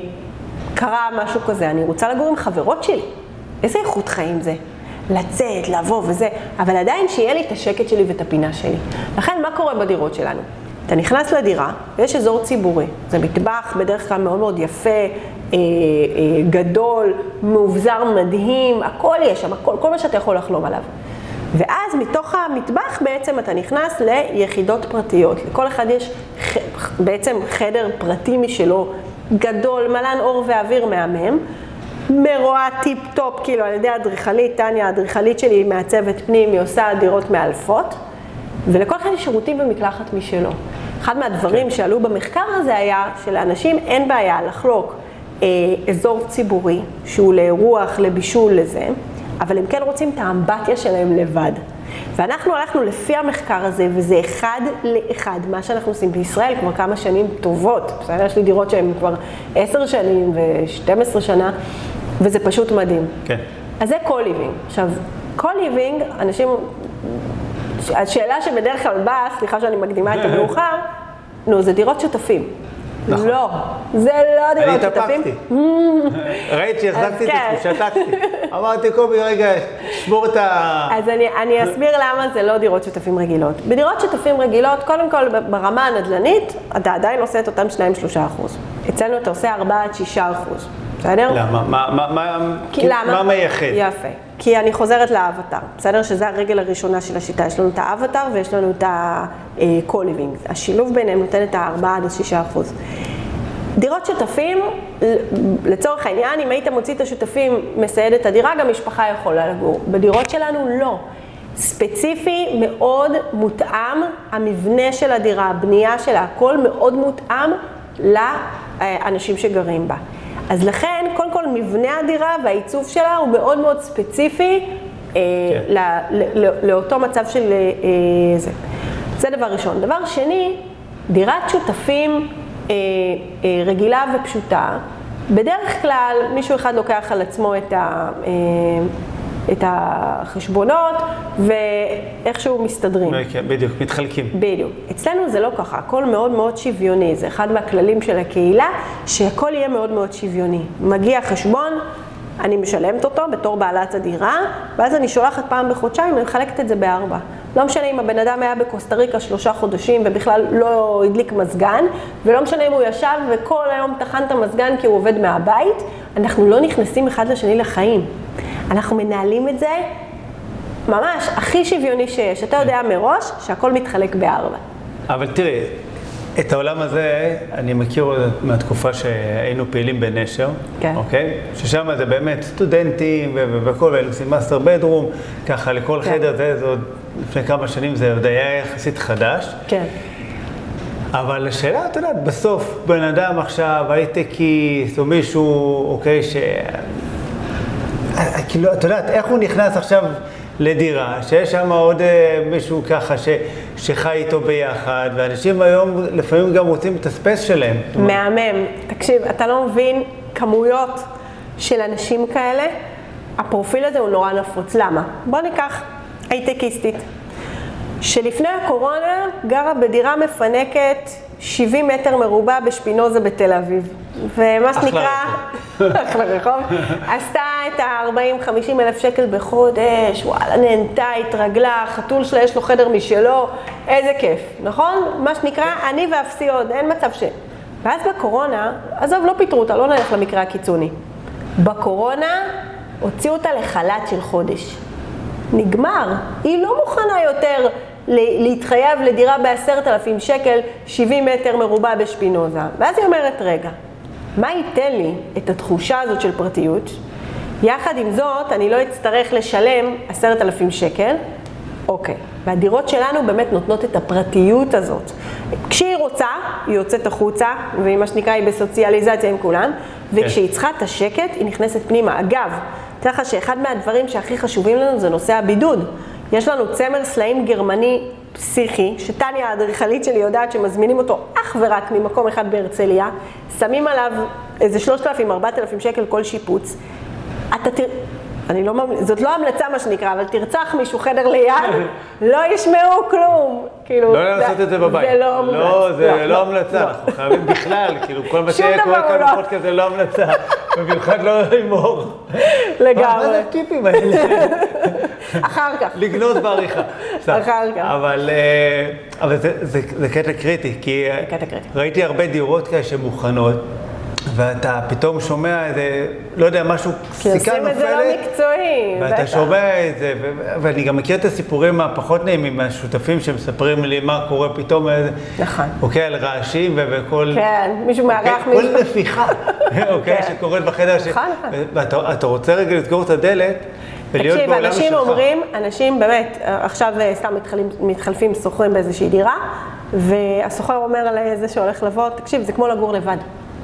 קרה משהו כזה, אני רוצה לגור עם חברות שלי. איזה איכות חיים זה? לצאת, לבוא וזה, אבל עדיין שיהיה לי את השקט שלי ואת הפינה שלי. לכן, מה קורה בדירות שלנו? אתה נכנס לדירה, ויש אזור ציבורי. זה מטבח בדרך כלל מאוד מאוד יפה, אה, אה, גדול, מאובזר מדהים, הכל יש שם, הכל, כל מה שאתה יכול לחלום עליו. ואז מתוך המטבח בעצם אתה נכנס ליחידות פרטיות. לכל אחד יש ח, בעצם חדר פרטי משלו, גדול, מלן אור ואוויר מהמם, מרואה טיפ-טופ, כאילו, על ידי האדריכלית, טניה, האדריכלית שלי היא מעצבת פנים, היא עושה דירות מאלפות, ולכל אחד יש שירותים ומקלחת משלו. אחד מהדברים okay. שעלו במחקר הזה היה שלאנשים אין בעיה לחלוק אה, אזור ציבורי, שהוא לאירוח, לבישול, לזה, אבל הם כן רוצים את האמבטיה שלהם לבד. ואנחנו הלכנו לפי המחקר הזה, וזה אחד לאחד, מה שאנחנו עושים בישראל כבר כמה שנים טובות. בסדר, יש לי דירות שהן כבר עשר שנים ו-שתים עשרה שנה, וזה פשוט מדהים. כן. אז זה co-living. עכשיו, co-living, אנשים, השאלה שבדרך כלל באה, סליחה שאני מקדימה את המאוחר, נו, זה דירות שותפים. נכון. לא, זה לא דירות שותפים. אני התאפקתי. ראית שהחזקתי את זה, שתקתי. אמרתי, קובי, רגע, שמור את ה... אז אני, אני אסביר למה זה לא דירות שותפים רגילות. בדירות שותפים רגילות, קודם כל ברמה הנדל"נית, אתה עדיין עושה את אותם שניים שלושה אחוז. אצלנו אתה עושה ארבעה עד שישה אחוז. בסדר? למה? מה, מה, מה, כי, למה? מה מייחד? יפה. כי אני חוזרת לאבטר, בסדר? שזה הרגל הראשונה של השיטה. יש לנו את האבטר ויש לנו את ה-co-living. השילוב ביניהם נותן את ה-ארבעה עד שישה אחוז. דירות שותפים, לצורך העניין, אם היית מוציא את השותפים, מסייד את הדירה, גם משפחה יכולה לגור. בדירות שלנו לא. ספציפי, מאוד מותאם, המבנה של הדירה, הבנייה שלה, הכל מאוד מותאם לאנשים שגרים בה. אז לכן, קודם כל, מבנה הדירה והעיצוב שלה הוא מאוד מאוד ספציפי כן. לא, לא, לאותו מצב של זה. זה דבר ראשון. דבר שני, דירת שותפים אה, אה, רגילה ופשוטה, בדרך כלל מישהו אחד לוקח על עצמו את, ה, אה, את החשבונות ואיכשהו מסתדרים. בדיוק, מתחלקים. בדיוק. אצלנו זה לא ככה, הכל מאוד מאוד שוויוני, זה אחד מהכללים של הקהילה, שהכל יהיה מאוד מאוד שוויוני. מגיע חשבון, אני משלמת אותו בתור בעלת הדירה, ואז אני שולחת פעם בחודשיים, אני מחלקת את זה בארבע. לא משנה אם הבן אדם היה בקוסטה ריקה שלושה חודשים ובכלל לא הדליק מזגן, ולא משנה אם הוא ישב וכל היום תחן את המזגן כי הוא עובד מהבית, אנחנו לא נכנסים אחד לשני לחיים. אנחנו מנהלים את זה ממש הכי שוויוני שיש. אתה יודע מראש שהכל מתחלק בארבע. אבל תראי, את העולם הזה אני מכיר מהתקופה שהיינו פעילים בנשר, כן. אוקיי? ששם זה באמת סטודנטים וכל, והיינו עושים מאסטר בדרום, ככה לכל כן. חדר, זה, זה עוד לפני כמה שנים, זה עוד היה יחסית חדש. כן. אבל השאלה, אתה יודעת, בסוף בן אדם עכשיו, הייטקיסט או מישהו, אוקיי, ש... כאילו, אתה יודעת, איך הוא נכנס עכשיו לדירה, שיש שם עוד מישהו ככה ש, שחי איתו ביחד, ואנשים היום לפעמים גם רוצים את הספייס שלהם. מהמם. תקשיב, אתה לא מבין כמויות של אנשים כאלה, הפרופיל הזה הוא נורא נפוץ. למה? בוא ניקח הייטקיסטית, שלפני הקורונה גרה בדירה מפנקת שבעים מטר מרובע בשפינוזה בתל אביב. ומה שנקרא, אחלה רחוב, עשתה את ה-ארבעים חמישים אלף שקל בחודש, וואלה, נהנתה, התרגלה, חתול שלה יש לו חדר משלו, איזה כיף, נכון? מה שנקרא, אני ואפסי עוד, אין מצב ש... ואז בקורונה, עזוב, לא פיתרו אותה, לא נלך למקרה הקיצוני. בקורונה הוציאו אותה לחל"ת של חודש. נגמר, היא לא מוכנה יותר להתחייב לדירה בעשרת אלפים שקל, שבעים מטר מרובע בשפינוזה. ואז היא אומרת, רגע, מה ייתן לי את התחושה הזאת של פרטיות? יחד עם זאת, אני לא אצטרך לשלם עשרת אלפים שקל. אוקיי, והדירות שלנו באמת נותנות את הפרטיות הזאת. כשהיא רוצה, היא יוצאת החוצה, ומה שנקרא היא בסוציאליזציה עם כולם, וכשהיא צריכה את השקט, היא נכנסת פנימה. אגב, תראה לך שאחד מהדברים שהכי חשובים לנו זה נושא הבידוד. יש לנו צמר סלעים גרמני פסיכי, שטניה האדריכלית שלי יודעת שמזמינים אותו אך ורק ממקום אחד בהרצליה, שמים עליו איזה שלושת אלפים, ארבעת אלפים שקל כל שיפוץ. אתה תראה, אני לא, זאת לא המלצה מה שנקרא, אבל תרצח מישהו חדר ליד, לא ישמעו כלום. כאילו, לא לעשות את זה בבית. זה לא המלצה. לא, זה לא המלצה, אנחנו חייבים בכלל, כאילו כל מה שקורה כאן בפודקאסט זה לא המלצה, במיוחד לא הימור. לגמרי. מה זה הטיפים האלה? אחר כך. לגנות בעריכה. אחר כך. אבל זה קטע קריטי, כי ראיתי הרבה דירות כאלה שמוכנות, ואתה פתאום שומע איזה, לא יודע, משהו, סיכה נופלת. כי עושים את זה לא מקצועי. ואתה שומע את זה, ואני גם מכיר את הסיפורים הפחות נעימים מהשותפים שמספרים לי מה קורה פתאום, נכון. אוקיי, על רעשים וכל... כן, מישהו מארח מישהו. כל נפיחה, אוקיי, שקורית בחדר. נכון, נכון. ואתה רוצה רגע לסגור את הדלת, ולהיות בעולם שלך. תקשיב, אנשים אומרים, אנשים באמת, עכשיו סתם מתחלפים, סוחרים באיזושהי דירה, והסוחר אומר לזה שהולך לבוא, תקשיב, זה כמו לגור לבד.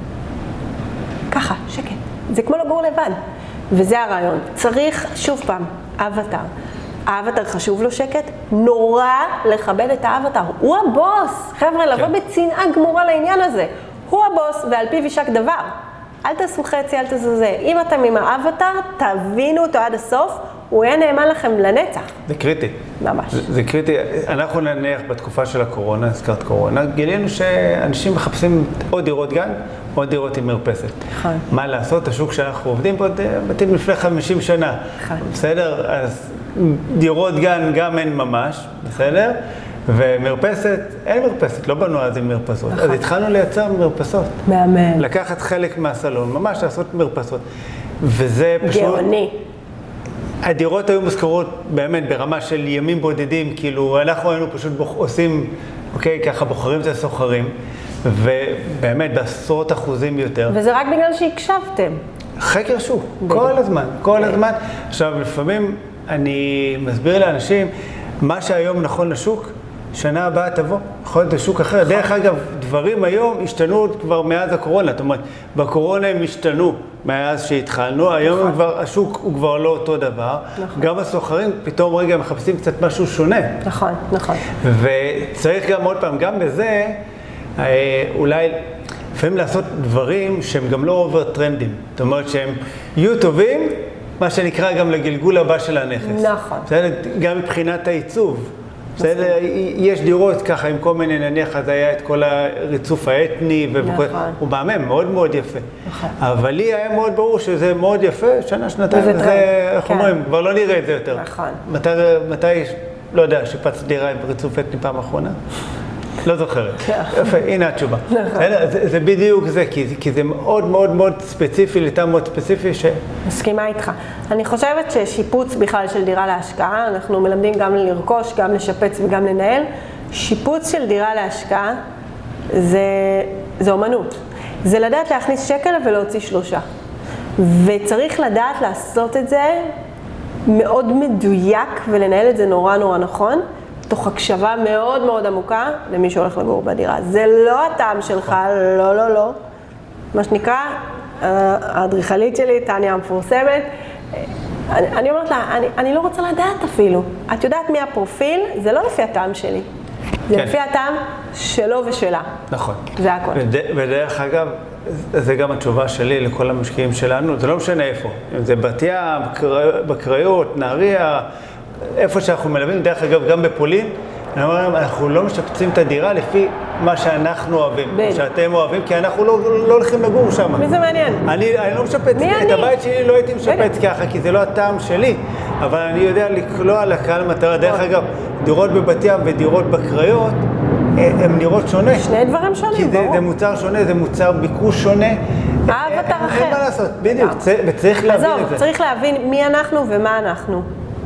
ככה, שקט. זה כמו לגור לבד. וזה הרעיון. צריך, שוב פעם, אבטר. האבטר חשוב לו שקט, נורא לכבד את האבטר. הוא הבוס. חבר'ה, לבוא כן. בצנעה גמורה לעניין הזה. הוא הבוס, ועל פיו יישק דבר. אל תעשו חצי, אל תעשו זה. אם אתם עם האבטר, תבינו אותו עד הסוף, הוא יהיה נאמן לכם לנצח. זה קריטי. ממש. זה, זה קריטי. אנחנו נניח בתקופה של הקורונה, הזכרת קורונה, גילינו שאנשים מחפשים עוד דירות גן, עוד דירות עם מרפסת. נכון. מה לעשות? השוק שאנחנו עובדים פה, בתים לפני חמישים שנה. נכון. בסדר? אז דירות גן גם אין ממש, בסדר? ומרפסת, אין מרפסת, לא בנו אז עם מרפסות. נכון. אז התחלנו לייצר מרפסות. מאמן. לקחת חלק מהסלון, ממש לעשות מרפסות. וזה פשוט... גאוני. הדירות היו מזכורות באמת ברמה של ימים בודדים, כאילו אנחנו היינו פשוט בוח, עושים, אוקיי, ככה בוחרים את הסוחרים, ובאמת בעשרות אחוזים יותר. וזה רק בגלל שהקשבתם. חקר שוק, כל הזמן, כל הזמן. עכשיו, לפעמים אני מסביר לאנשים, מה שהיום נכון לשוק, שנה הבאה תבוא, יכול להיות לשוק אחר. דרך אגב, דברים היום השתנו כבר מאז הקורונה, זאת אומרת, בקורונה הם השתנו מאז שהתחלנו, היום כבר, השוק הוא כבר לא אותו דבר, גם הסוחרים פתאום רגע מחפשים קצת משהו שונה. נכון, נכון. וצריך גם עוד פעם, גם בזה, אולי לפעמים לעשות דברים שהם גם לא אובר טרנדים, זאת אומרת שהם יהיו טובים, מה שנקרא גם לגלגול הבא של הנכס. נכון. גם מבחינת העיצוב. בסדר, יש דירות ככה עם כל מיני, נניח, אז היה את כל הריצוף האתני, הוא מהמם, מאוד מאוד יפה. אבל לי היה מאוד ברור שזה מאוד יפה, שנה, שנתיים, זה, איך אומרים, כבר לא נראה את זה יותר. נכון. מתי, לא יודע, שיפץ דירה עם ריצוף אתני פעם האחרונה? לא זוכרת. יפה, הנה התשובה. זה בדיוק זה, כי זה מאוד מאוד מאוד ספציפי, ליטם מאוד ספציפי ש... מסכימה איתך. אני חושבת ששיפוץ בכלל של דירה להשקעה, אנחנו מלמדים גם לרכוש, גם לשפץ וגם לנהל. שיפוץ של דירה להשקעה זה, זה אומנות. זה לדעת להכניס שקל ולהוציא שלושה. וצריך לדעת לעשות את זה מאוד מדויק ולנהל את זה נורא נורא נכון. תוך הקשבה מאוד מאוד עמוקה למי שהולך לגור בדירה. זה לא הטעם שלך, לא, לא, לא. מה שנקרא, האדריכלית שלי, טניה המפורסמת, אני, אני אומרת לה, אני, אני לא רוצה לדעת אפילו. את יודעת מי הפרופיל? זה לא לפי הטעם שלי. זה כן. לפי הטעם שלו ושלה. נכון. זה הכל. וד, ודרך אגב, זה גם התשובה שלי לכל המשקיעים שלנו, זה לא משנה איפה. אם זה בת ים, בקריות, נהריה, איפה שאנחנו מלווים, דרך אגב, גם בפולין, אנחנו לא משפצים את הדירה לפי מה שאנחנו אוהבים, מה שאתם אוהבים, כי אנחנו לא, לא הולכים לגור שם. מי זה מעניין? אני, אני לא משפץ, את הבית שלי לא הייתי משפץ ככה, כי זה לא הטעם שלי, אבל אני יודע לקלוע לקהל מטרה. דרך אגב, דירות בבת ים ודירות בקריות, הן נראות שונה. שני דברים שונים, כי זה, זה מוצר שונה, זה מוצר ביקוש שונה. אהבת אחר. אין מה לעשות, בדיוק, וצריך להבין את זה. צריך להבין מי אנחנו ומה אנחנו.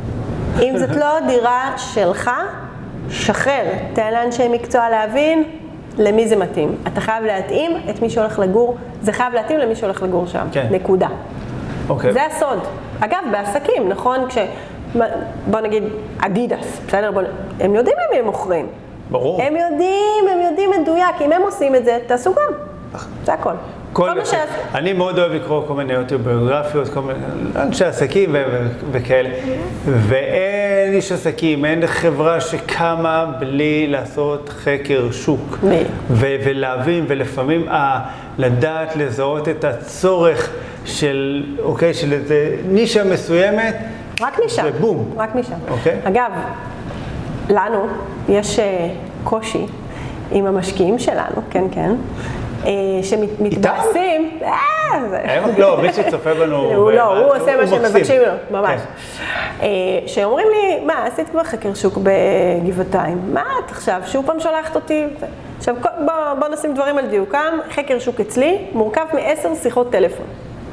אם זאת לא דירה שלך, שחרר. תן לאנשי מקצוע להבין למי זה מתאים. אתה חייב להתאים את מי שהולך לגור, זה חייב להתאים למי שהולך לגור שם. כן. נקודה. אוקיי. זה הסוד. אגב, בעסקים, נכון? כש... בוא נגיד, אדידס, בסדר? בוא... הם יודעים למי הם מוכרים. ברור. הם יודעים, הם יודעים מדויק. אם הם עושים את זה, תעשו גם. זה הכל. כל כל ש... אני מאוד אוהב לקרוא כל מיני אוטוביוגרפיות, כל מיני אנשי עסקים ו- ו- וכאלה. ואין איש עסקים, אין חברה שקמה בלי לעשות חקר שוק. ו- ולהבין, ולפעמים ה- לדעת לזהות את הצורך של, אוקיי, של איזה נישה מסוימת. רק משם. זה בום. רק משם. אוקיי? אגב, לנו יש קושי עם המשקיעים שלנו, כן, כן. שמתבאסים, לא, מי שצופה בנו, הוא לא, הוא עושה מה שמבקשים לו, ממש. שאומרים לי, מה, עשית כבר חקר שוק בגבעתיים, מה את עכשיו, שהוא פעם שולחת אותי? עכשיו בוא נשים דברים על דיוקם, חקר שוק אצלי מורכב מעשר שיחות טלפון.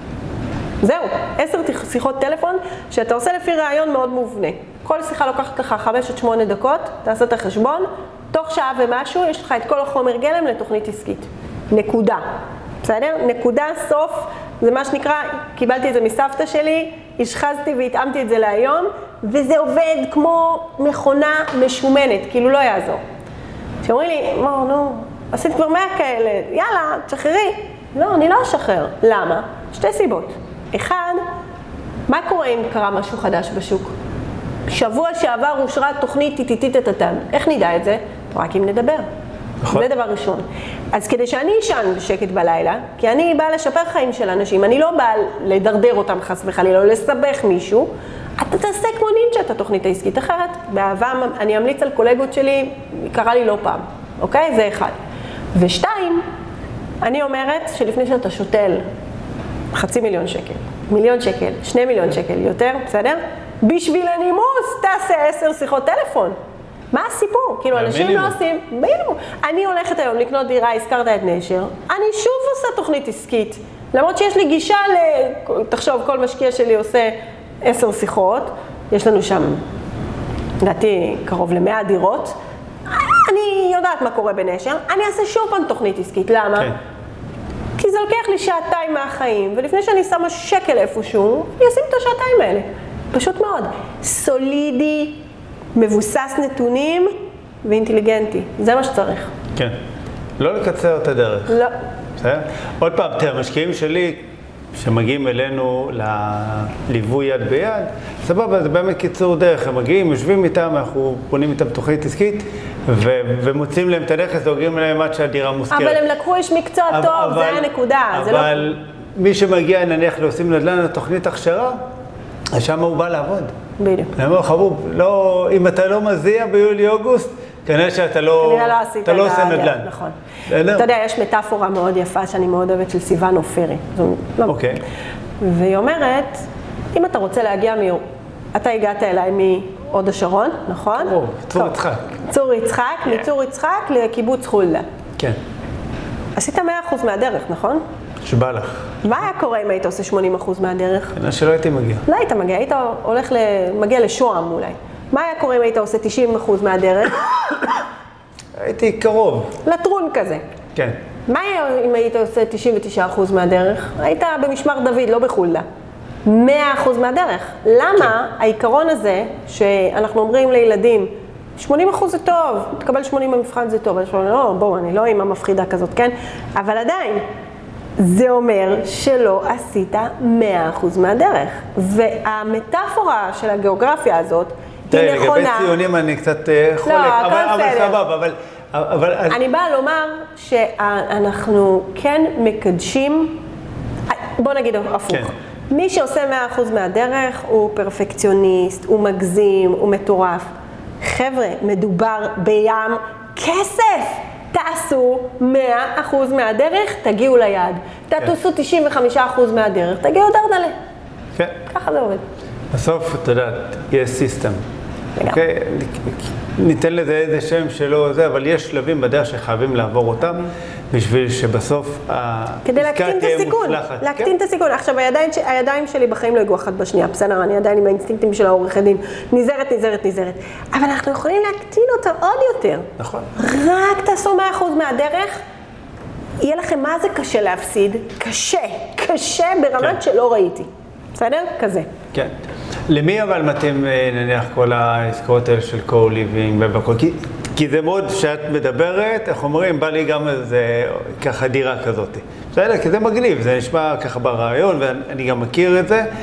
זהו, עשר שיחות טלפון שאתה עושה לפי רעיון מאוד מובנה. כל שיחה לוקחת לך חמש עד שמונה דקות, תעשה את החשבון, תוך שעה ומשהו יש לך את כל החומר גלם לתוכנית עסקית. נקודה. בסדר? נקודה, סוף, זה מה שנקרא, קיבלתי את זה מסבתא שלי, השחזתי והתאמתי את זה להיום, וזה עובד כמו מכונה משומנת, כאילו לא יעזור. שאומרים לי, מו, נו, עשית כבר מאה כאלה, יאללה, תשחררי. לא, אני לא אשחרר. למה? שתי סיבות. אחד, מה קורה אם קרה משהו חדש בשוק? שבוע שעבר אושרה תוכנית טיטיטית את הטעם. איך נדע את זה? רק אם נדבר. זה דבר ראשון. אז כדי שאני אשן בשקט בלילה, כי אני באה לשפר חיים של אנשים, אני לא באה לדרדר אותם חס וחלילה, לא לסבך מישהו, אתה תעשה כמו נינג'ה את התוכנית העסקית אחרת. באהבה, אני אמליץ על קולגות שלי, קרה לי לא פעם, אוקיי? זה אחד. ושתיים, אני אומרת שלפני שאתה שותל חצי מיליון שקל, מיליון שקל, שני מיליון שקל, יותר, בסדר? בשביל הנימוס תעשה עשר שיחות טלפון. מה הסיפור? כאילו, אנשים לא עושים, מינימום. אני הולכת היום לקנות דירה, הזכרת את נשר, אני שוב עושה תוכנית עסקית. למרות שיש לי גישה ל... תחשוב, כל משקיע שלי עושה עשר שיחות, יש לנו שם, לדעתי, קרוב למאה דירות. אני יודעת מה קורה בנשר, אני אעשה שוב פעם תוכנית עסקית. למה? כן. כי זה לוקח לי שעתיים מהחיים, ולפני שאני שמה שקל איפשהו, אני אשים את השעתיים האלה. פשוט מאוד. סולידי, מבוסס נתונים ואינטליגנטי. זה מה שצריך. כן. לא לקצר את הדרך. לא. בסדר? עוד פעם, תראה, המשקיעים שלי שמגיעים אלינו לליווי יד ביד, סבבה, זה באמת קיצור דרך. הם מגיעים, יושבים איתם, אנחנו פונים איתם תוכנית עסקית, ו- ומוצאים להם את הנכס, דואגים להם עד שהדירה מוזכרת. אבל הם לקחו איש מקצוע אבל, טוב, אבל, זה הנקודה. אבל לא... מי שמגיע, נניח, לעושים נדל"ן לתוכנית הכשרה, אז שם הוא בא לעבוד. בדיוק. אני אומר, חבוב, לא, אם אתה לא מזיע ביולי-אוגוסט, כנראה שאתה לא, כנראה לא עשית אתה לא את עושה הדרך, נדל"ן. נכון. בסדר? אתה יודע, יש מטאפורה מאוד יפה שאני מאוד אוהבת של סיוון אופרי. זו- לא- אוקיי. והיא אומרת, אם אתה רוצה להגיע מ... אתה הגעת אליי מהוד השרון, נכון? או, צור טוב. יצחק. צור יצחק, מצור יצחק לקיבוץ חולדה. כן, עשית מאה אחוז מהדרך, נכון? שבא לך. מה היה קורה אם היית עושה שמונים אחוז מהדרך? כנראה שלא הייתי מגיע. לא היית מגיע, היית הולך ל... מגיע לשוהם אולי. מה היה קורה אם היית עושה תשעים אחוז מהדרך? הייתי קרוב. לטרון כזה. כן. מה היה אם היית עושה תשעים ותשעה אחוז מהדרך? היית במשמר דוד, לא בחולדה. מאה אחוז מהדרך. למה העיקרון הזה שאנחנו אומרים לילדים, שמונים אחוז זה טוב, תקבל שמונים במבחן זה טוב. אני חושב, לא, בואו, אני לא אימא מפחידה כזאת, כן? אבל עדיין, זה אומר שלא עשית מאה אחוז מהדרך. והמטאפורה של הגיאוגרפיה הזאת היא נכונה. לגבי ציונים אני קצת אה, חולק, הכל אבל אבל בסדר. סבבה, אבל... אבל... אני באה לומר שאנחנו כן מקדשים, בוא נגיד הפוך. כן. מי שעושה מאה אחוז מהדרך הוא פרפקציוניסט, הוא מגזים, הוא מטורף. חבר'ה, מדובר בים כסף. תעשו מאה אחוז מהדרך, תגיעו ליעד. תטוסו תשעים וחמישה אחוז מהדרך, תגיעו דרדלה. כן. ככה זה עובד. בסוף, אתה יודע, יש סיסטם. אוקיי? ניתן לזה איזה שם שלא זה, אבל יש שלבים בדרך שחייבים לעבור אותם, בשביל שבסוף כדי העסקה להקטין את תהיה הסיכון, מוצלחת. להקטין את הסיכון. עכשיו, הידיים, ש- הידיים שלי בחיים לא יגעו אחת בשנייה, בסדר, אני עדיין עם האינסטינקטים של העורך הדין, נזהרת, נזהרת, נזהרת. אבל אנחנו יכולים להקטין אותה עוד יותר. נכון. רק תעשו מאה אחוז מהדרך, יהיה לכם מה זה קשה להפסיד? קשה, קשה ברמת כן. שלא ראיתי. בסדר? כזה. כן. למי אבל מתאים, נניח, כל העסקאות האלה של co-living ובכל? כי, כי זה מאוד שאת מדברת, איך אומרים, בא לי גם איזה ככה דירה כזאת. בסדר? כי זה מגניב, זה נשמע ככה ברעיון, ואני גם מכיר את זה.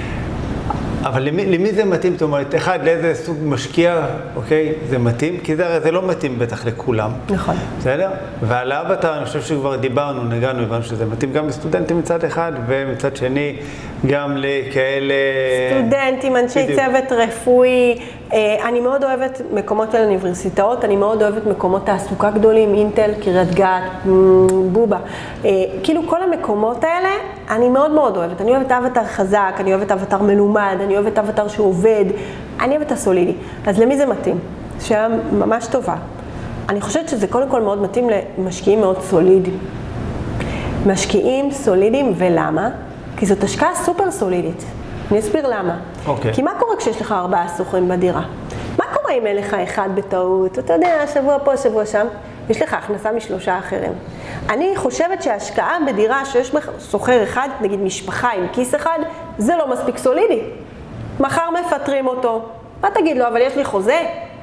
אבל למי, למי זה מתאים? זאת אומרת, אחד, לאיזה סוג משקיע, אוקיי, זה מתאים? כי זה, זה לא מתאים בטח לכולם. נכון. בסדר? ועל האבטר, אני חושב שכבר דיברנו, נגענו, הבנו שזה מתאים גם לסטודנטים מצד אחד, ומצד שני, גם לכאלה... סטודנטים, אנשי בדיוק. צוות רפואי. אני מאוד אוהבת מקומות על אוניברסיטאות, אני מאוד אוהבת מקומות תעסוקה גדולים, אינטל, קריית גת, בובה. כאילו כל המקומות האלה, אני מאוד מאוד אוהבת. אני אוהבת אבטר חזק, אני אוהבת אבטר מלומד, אני אוהבת אבטר שעובד, אני אוהבת הסולידי. אז למי זה מתאים? שהיה ממש טובה. אני חושבת שזה קודם כל מאוד מתאים למשקיעים מאוד סולידיים. משקיעים סולידיים, ולמה? כי זאת השקעה סופר סולידית. אני אסביר למה. אוקיי. כי מה קורה כשיש לך ארבעה שוכרים בדירה? מה קורה אם אין לך אחד בטעות? אתה יודע, שבוע פה, שבוע שם, יש לך הכנסה משלושה אחרים. אני חושבת שההשקעה בדירה שיש שוכר אחד, נגיד משפחה עם כיס אחד, זה לא מספיק סולידי. מחר מפטרים אותו. מה תגיד לו? אבל יש לי חוזה?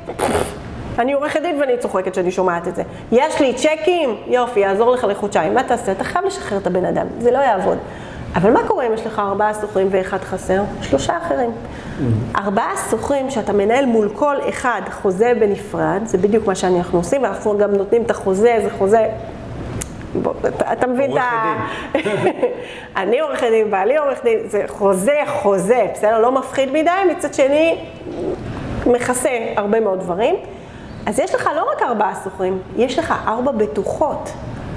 אני עורכת דין ואני צוחקת שאני שומעת את זה. יש לי צ'קים? יופי, יעזור לך לחודשיים. מה תעשה? אתה חייב לשחרר את הבן אדם. זה לא יעבוד. אבל מה קורה אם יש לך ארבעה סוחרים ואחד חסר? שלושה אחרים. ארבעה סוחרים שאתה מנהל מול כל אחד חוזה בנפרד, זה בדיוק מה שאנחנו עושים, ואנחנו גם נותנים את החוזה, זה חוזה... בוא, אתה, אתה מבין את ה... אני עורכת דין, בעלי עורך דין, זה חוזה, חוזה, בסדר? לא מפחיד מדי, מצד שני מכסה הרבה מאוד דברים. אז יש לך לא רק ארבעה סוחרים, יש לך ארבע בטוחות.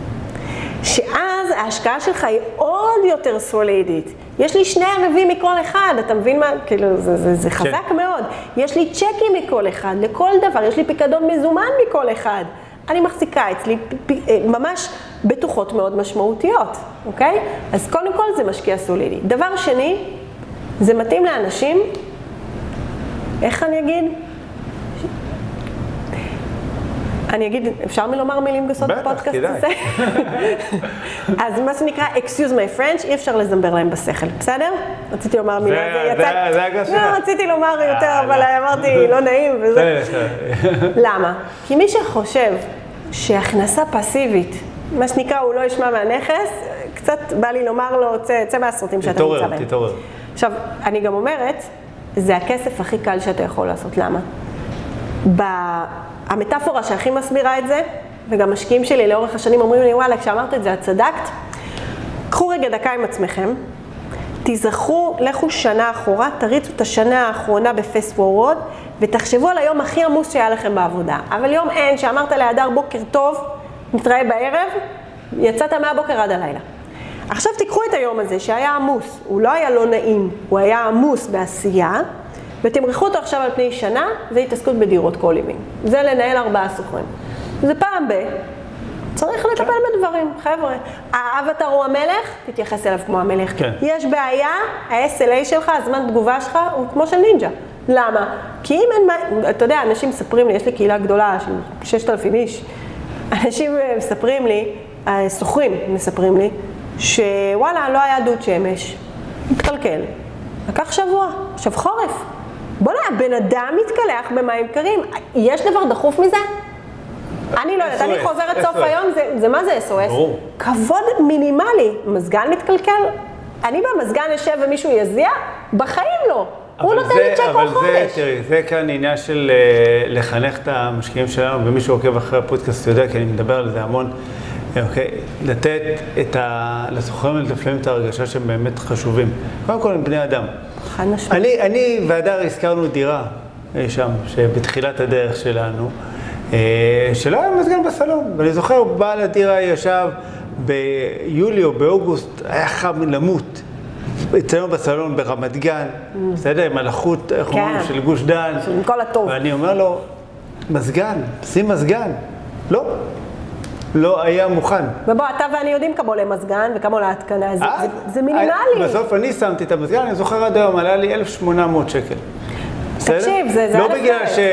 שאז ההשקעה שלך היא עוד יותר סולידית. יש לי שני ערבים מכל אחד, אתה מבין מה? כאילו, זה, זה, זה חזק כן. מאוד. יש לי צ'קים מכל אחד, לכל דבר, יש לי פיקדון מזומן מכל אחד. אני מחזיקה אצלי פ, פ, ממש בטוחות מאוד משמעותיות, אוקיי? אז קודם כל זה משקיע סולידי. דבר שני, זה מתאים לאנשים, איך אני אגיד? אני אגיד, אפשר מלומר מילים גסות בפודקאסט הזה? אז מה שנקרא, excuse my French, אי אפשר לזמבר להם בשכל, בסדר? רציתי לומר מילה, זה יצא... זה הגס שלך. לא, רציתי לומר יותר, אבל אמרתי, לא נעים וזה. למה? כי מי שחושב שהכנסה פסיבית, מה שנקרא, הוא לא ישמע מהנכס, קצת בא לי לומר לו, צא מהסרטים שאתה נמצא בהם. תתעורר. עכשיו, אני גם אומרת, זה הכסף הכי קל שאתה יכול לעשות. למה? המטאפורה שהכי מסבירה את זה, וגם משקיעים שלי לאורך השנים אומרים לי, וואלה, כשאמרת את זה, את צדקת. קחו רגע דקה עם עצמכם, תזכרו, לכו שנה אחורה, תריצו את השנה האחרונה בפסט פורוורד, ותחשבו על היום הכי עמוס שהיה לכם בעבודה. אבל יום אין, שאמרת להדר בוקר טוב, נתראה בערב, יצאת מהבוקר עד הלילה. עכשיו תיקחו את היום הזה שהיה עמוס, הוא לא היה לא נעים, הוא היה עמוס בעשייה, ותמרחו אותו עכשיו על פני שנה, זה התעסקות בדירות קוליבים. זה לנהל ארבעה סוכרים. זה פעם ב... צריך לטפל בדברים, חבר'ה. האבטר הוא המלך, תתייחס אליו כמו המלך. כן. יש בעיה, ה-אס אל איי שלך, הזמן תגובה שלך, הוא כמו של נינג'ה. למה? כי אם אין מה... אתה יודע, אנשים מספרים לי, יש לי קהילה גדולה של ששת אלפים איש, אנשים מספרים לי, סוכרים מספרים לי, שוואלה, לא היה דוד שמש, מתקלקל. לקח שבוע, עכשיו חורף. בוא נה, בן אדם מתקלח במים קרים. יש דבר דחוף מזה? אני לא יודעת, אני חוזרת סוף היום, זה מה זה אס או אס? כבוד מינימלי. מזגן מתקלקל? אני במזגן יושב ומישהו יזיע? בחיים לא. הוא נותן לי צ'ק כל חודש. אבל זה, תראי, זה כאן עניין של לחנך את המשקיעים שלנו, ומי שעוקב אחרי הפודקאסט יודע, כי אני מדבר על זה המון, אוקיי, לתת את ה... לסוחרים ולפעמים את הרגשה שהם באמת חשובים. קודם כל הם בני אדם. חד משמעית. אני, אני והדר הזכרנו דירה שם, שבתחילת הדרך שלנו, שלא היה מזגן בסלון. ואני זוכר, בעל הדירה ישב ביולי או באוגוסט, היה חם למות. אצלנו בסלון ברמת גן, בסדר, עם הלחות, איך אומרים, של גוש דן. עם כל הטוב. ואני אומר לו, מזגן, שים מזגן. לא. לא היה מוכן. ובוא, אתה ואני יודעים כמה עולה מזגן וכמה עולה התקנה, זה, זה, זה מינימלי. בסוף אני שמתי את המזגן, אני זוכר עד היום, עלה לי אלף שמונה מאות שקל. תקשיב, זה... לא בגלל ש...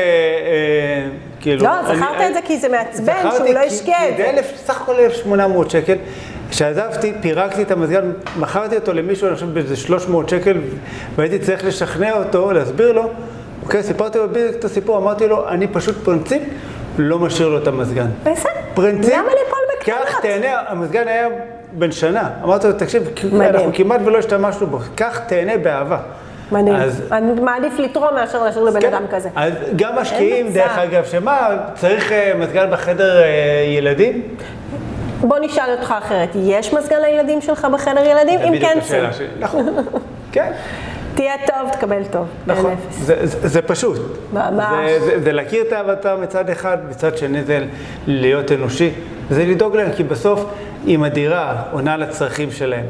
כאילו... לא, זכרת את זה כי זה מעצבן, שהוא לא השקיע את זה. זה סך הכל אלף שמונה מאות שקל. כשעזבתי, פירקתי את המזגן, מכרתי אותו למישהו, אני חושב באיזה שלוש מאות שקל, והייתי צריך לשכנע אותו, להסביר לו. אוקיי, סיפרתי לו בדיוק את הסיפור, אמרתי לו, אני פשוט פרינציפ, לא משאיר לו את המזגן. בסדר. פרינציפ, למה ליפול בקטנות? כך תהנה, המזגן היה בן שנה. אמרתי לו, תקשיב, אנחנו כמעט ולא השתמשנו בו, כך תהנה באהבה. מדהים. אני מעדיף לתרום מאשר להשאיר לבן אדם כזה. אז גם משקיעים, דרך אגב, שמה, צריך מזגן בחדר ילדים? בוא נשאל אותך אחרת, יש מזגן לילדים שלך בחדר ילדים? אם כן, צא. נכון, כן. תהיה טוב, תקבל טוב. נכון, זה פשוט. ממש. זה להכיר את האהבתם מצד אחד, מצד שני זה להיות אנושי. זה לדאוג להם, כי בסוף, אם הדירה עונה לצרכים שלהם,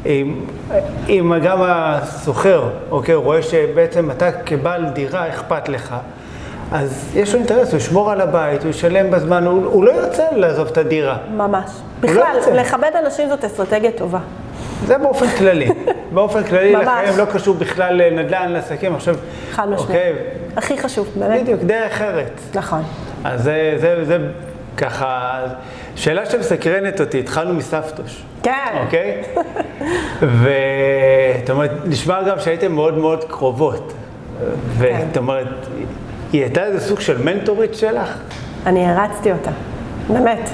אם גם הסוחר, אוקיי, רואה שבעצם אתה כבעל דירה אכפת לך, אז יש לו אינטרס, הוא ישמור על הבית, הוא ישלם בזמן, הוא, הוא לא ירצה לעזוב את הדירה. ממש. בכלל, לא לכבד אנשים זאת אסטרטגיה טובה. זה באופן כללי. באופן כללי לחיים לא קשור בכלל לנדל"ן, לעסקים. עכשיו, חד משמעית. אוקיי. הכי חשוב, באמת. בדיוק, דרך ארץ. נכון. אז זה, זה, זה ככה, שאלה שמסקרנת אותי, התחלנו מסבתוש. כן. אוקיי? ואת אומרת, נשמע גם שהייתם מאוד מאוד קרובות. ואת אומרת, היא הייתה איזה סוג של מנטורית שלך? אני הרצתי אותה, באמת.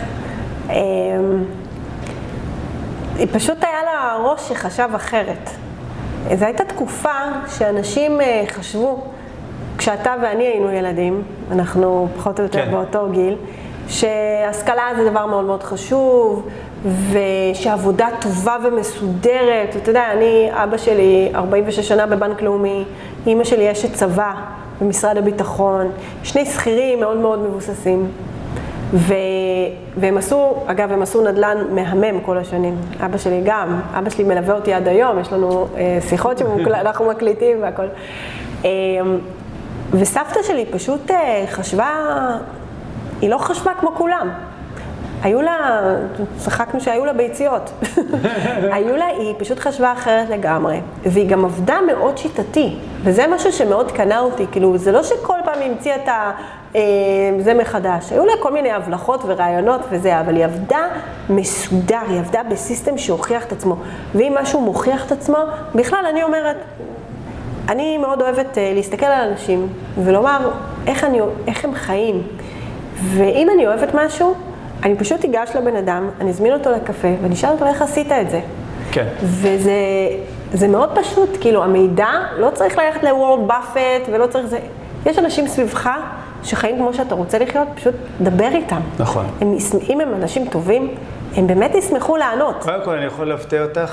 היא פשוט היה לה ראש שחשב אחרת. זו הייתה תקופה שאנשים חשבו, כשאתה ואני היינו ילדים, אנחנו פחות או יותר כן. באותו גיל, שהשכלה זה דבר מאוד מאוד חשוב, ושעבודה טובה ומסודרת. אתה יודע, אני, אבא שלי ארבעים ושש שנה בבנק לאומי, אמא שלי יש את צבא במשרד הביטחון, שני שכירים מאוד מאוד מבוססים. ו... והם עשו, אגב, הם עשו נדל"ן מהמם כל השנים. אבא שלי גם, אבא שלי מלווה אותי עד היום, יש לנו אה, שיחות שאנחנו מקליטים והכל. אה, וסבתא שלי פשוט אה, חשבה, היא לא חשבה כמו כולם. היו לה, שחקנו שהיו לה ביציות. היו לה, היא פשוט חשבה אחרת לגמרי. והיא גם עבדה מאוד שיטתי. וזה משהו שמאוד קנה אותי. כאילו, זה לא שכל פעם היא המציאה את ה... זה מחדש. היו לה כל מיני הבלחות ורעיונות וזה, אבל היא עבדה מסודר, היא עבדה בסיסטם שהוכיח את עצמו. ואם משהו מוכיח את עצמו, בכלל אני אומרת, אני מאוד אוהבת להסתכל על אנשים ולומר איך, אני, איך הם חיים. ואם אני אוהבת משהו, אני פשוט אגש לבן אדם, אני אזמין אותו לקפה ואני אשאל אותו איך עשית את זה. כן. וזה זה מאוד פשוט, כאילו המידע לא צריך ללכת לוורן באפט ולא צריך זה. יש אנשים סביבך שחיים כמו שאתה רוצה לחיות, פשוט דבר איתם. נכון. הם, אם הם אנשים טובים, הם באמת ישמחו לענות. קודם כל אני יכול להפתיע אותך,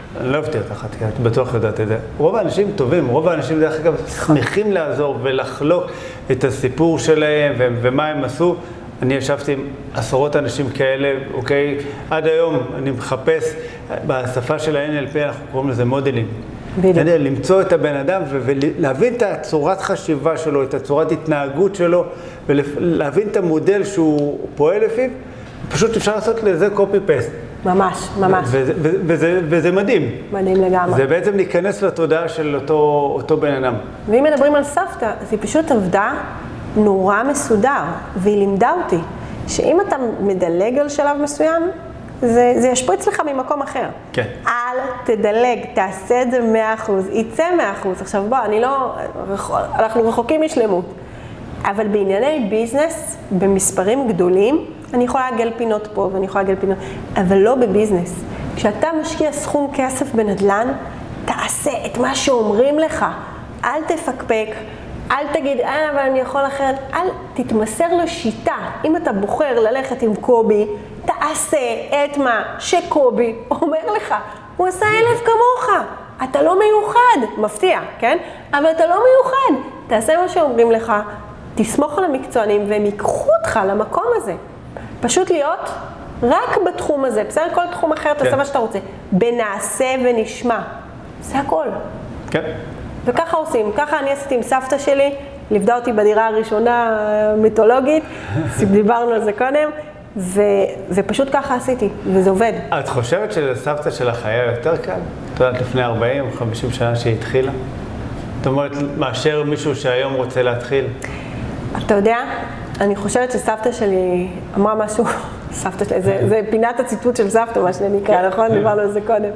אני לא אפתיע אותך, את בטוח יודעת את זה. רוב האנשים טובים, רוב האנשים דרך אגב שמחים לעזור ולחלוק את הסיפור שלהם ו- ומה הם עשו. אני ישבתי עם עשרות אנשים כאלה, אוקיי? עד היום אני מחפש, בשפה של ה-אן אל פי אנחנו קוראים לזה מודלים. בדיוק. למצוא את הבן אדם ולהבין את הצורת חשיבה שלו, את הצורת התנהגות שלו, ולהבין את המודל שהוא פועל לפיו, פשוט אפשר לעשות לזה copy-paste. ממש, ממש. וזה, וזה, וזה מדהים. מדהים לגמרי. זה בעצם להיכנס לתודעה של אותו, אותו בן אדם. ואם מדברים על סבתא, אז היא פשוט עבדה נורא מסודר, והיא לימדה אותי, שאם אתה מדלג על שלב מסוים, זה, זה ישפריץ לך ממקום אחר. כן. אל תדלג, תעשה את זה מאה אחוז, יצא מאה אחוז. עכשיו בוא, אני לא, אנחנו רחוקים משלמות. אבל בענייני ביזנס, במספרים גדולים, אני יכולה לגל פינות פה ואני יכולה לגל פינות, אבל לא בביזנס. כשאתה משקיע סכום כסף בנדלן, תעשה את מה שאומרים לך. אל תפקפק, אל תגיד, אה, אבל אני יכול אחרת. אל תתמסר לשיטה. אם אתה בוחר ללכת עם קובי, תעשה את מה שקובי אומר לך. הוא עשה אלף כמוך. אתה לא מיוחד. מפתיע, כן? אבל אתה לא מיוחד. תעשה מה שאומרים לך. תסמוך על המקצוענים והם ייקחו אותך למקום הזה. פשוט להיות רק בתחום הזה. בסדר, כל תחום אחר תעשה מה שאתה רוצה. בנעשה ונשמע. זה הכל. כן. וככה עושים. ככה אני עשיתי עם סבתא שלי, לימדה אותי בדירה הראשונה מיתולוגית, דיברנו על זה קודם, ו, ופשוט ככה עשיתי, וזה עובד. את חושבת שלסבתא שלך היה יותר קל? את יודעת, לפני ארבעים או חמישים שנה שהיא התחילה? זאת אומרת, מאשר מישהו שהיום רוצה להתחיל? אתה יודע, אני חושבת שסבתא שלי אמרה משהו, סבתא שלי, זה, זה פינת הציטוט של סבתא, מה שנקרא, נכון? דיברנו על זה קודם.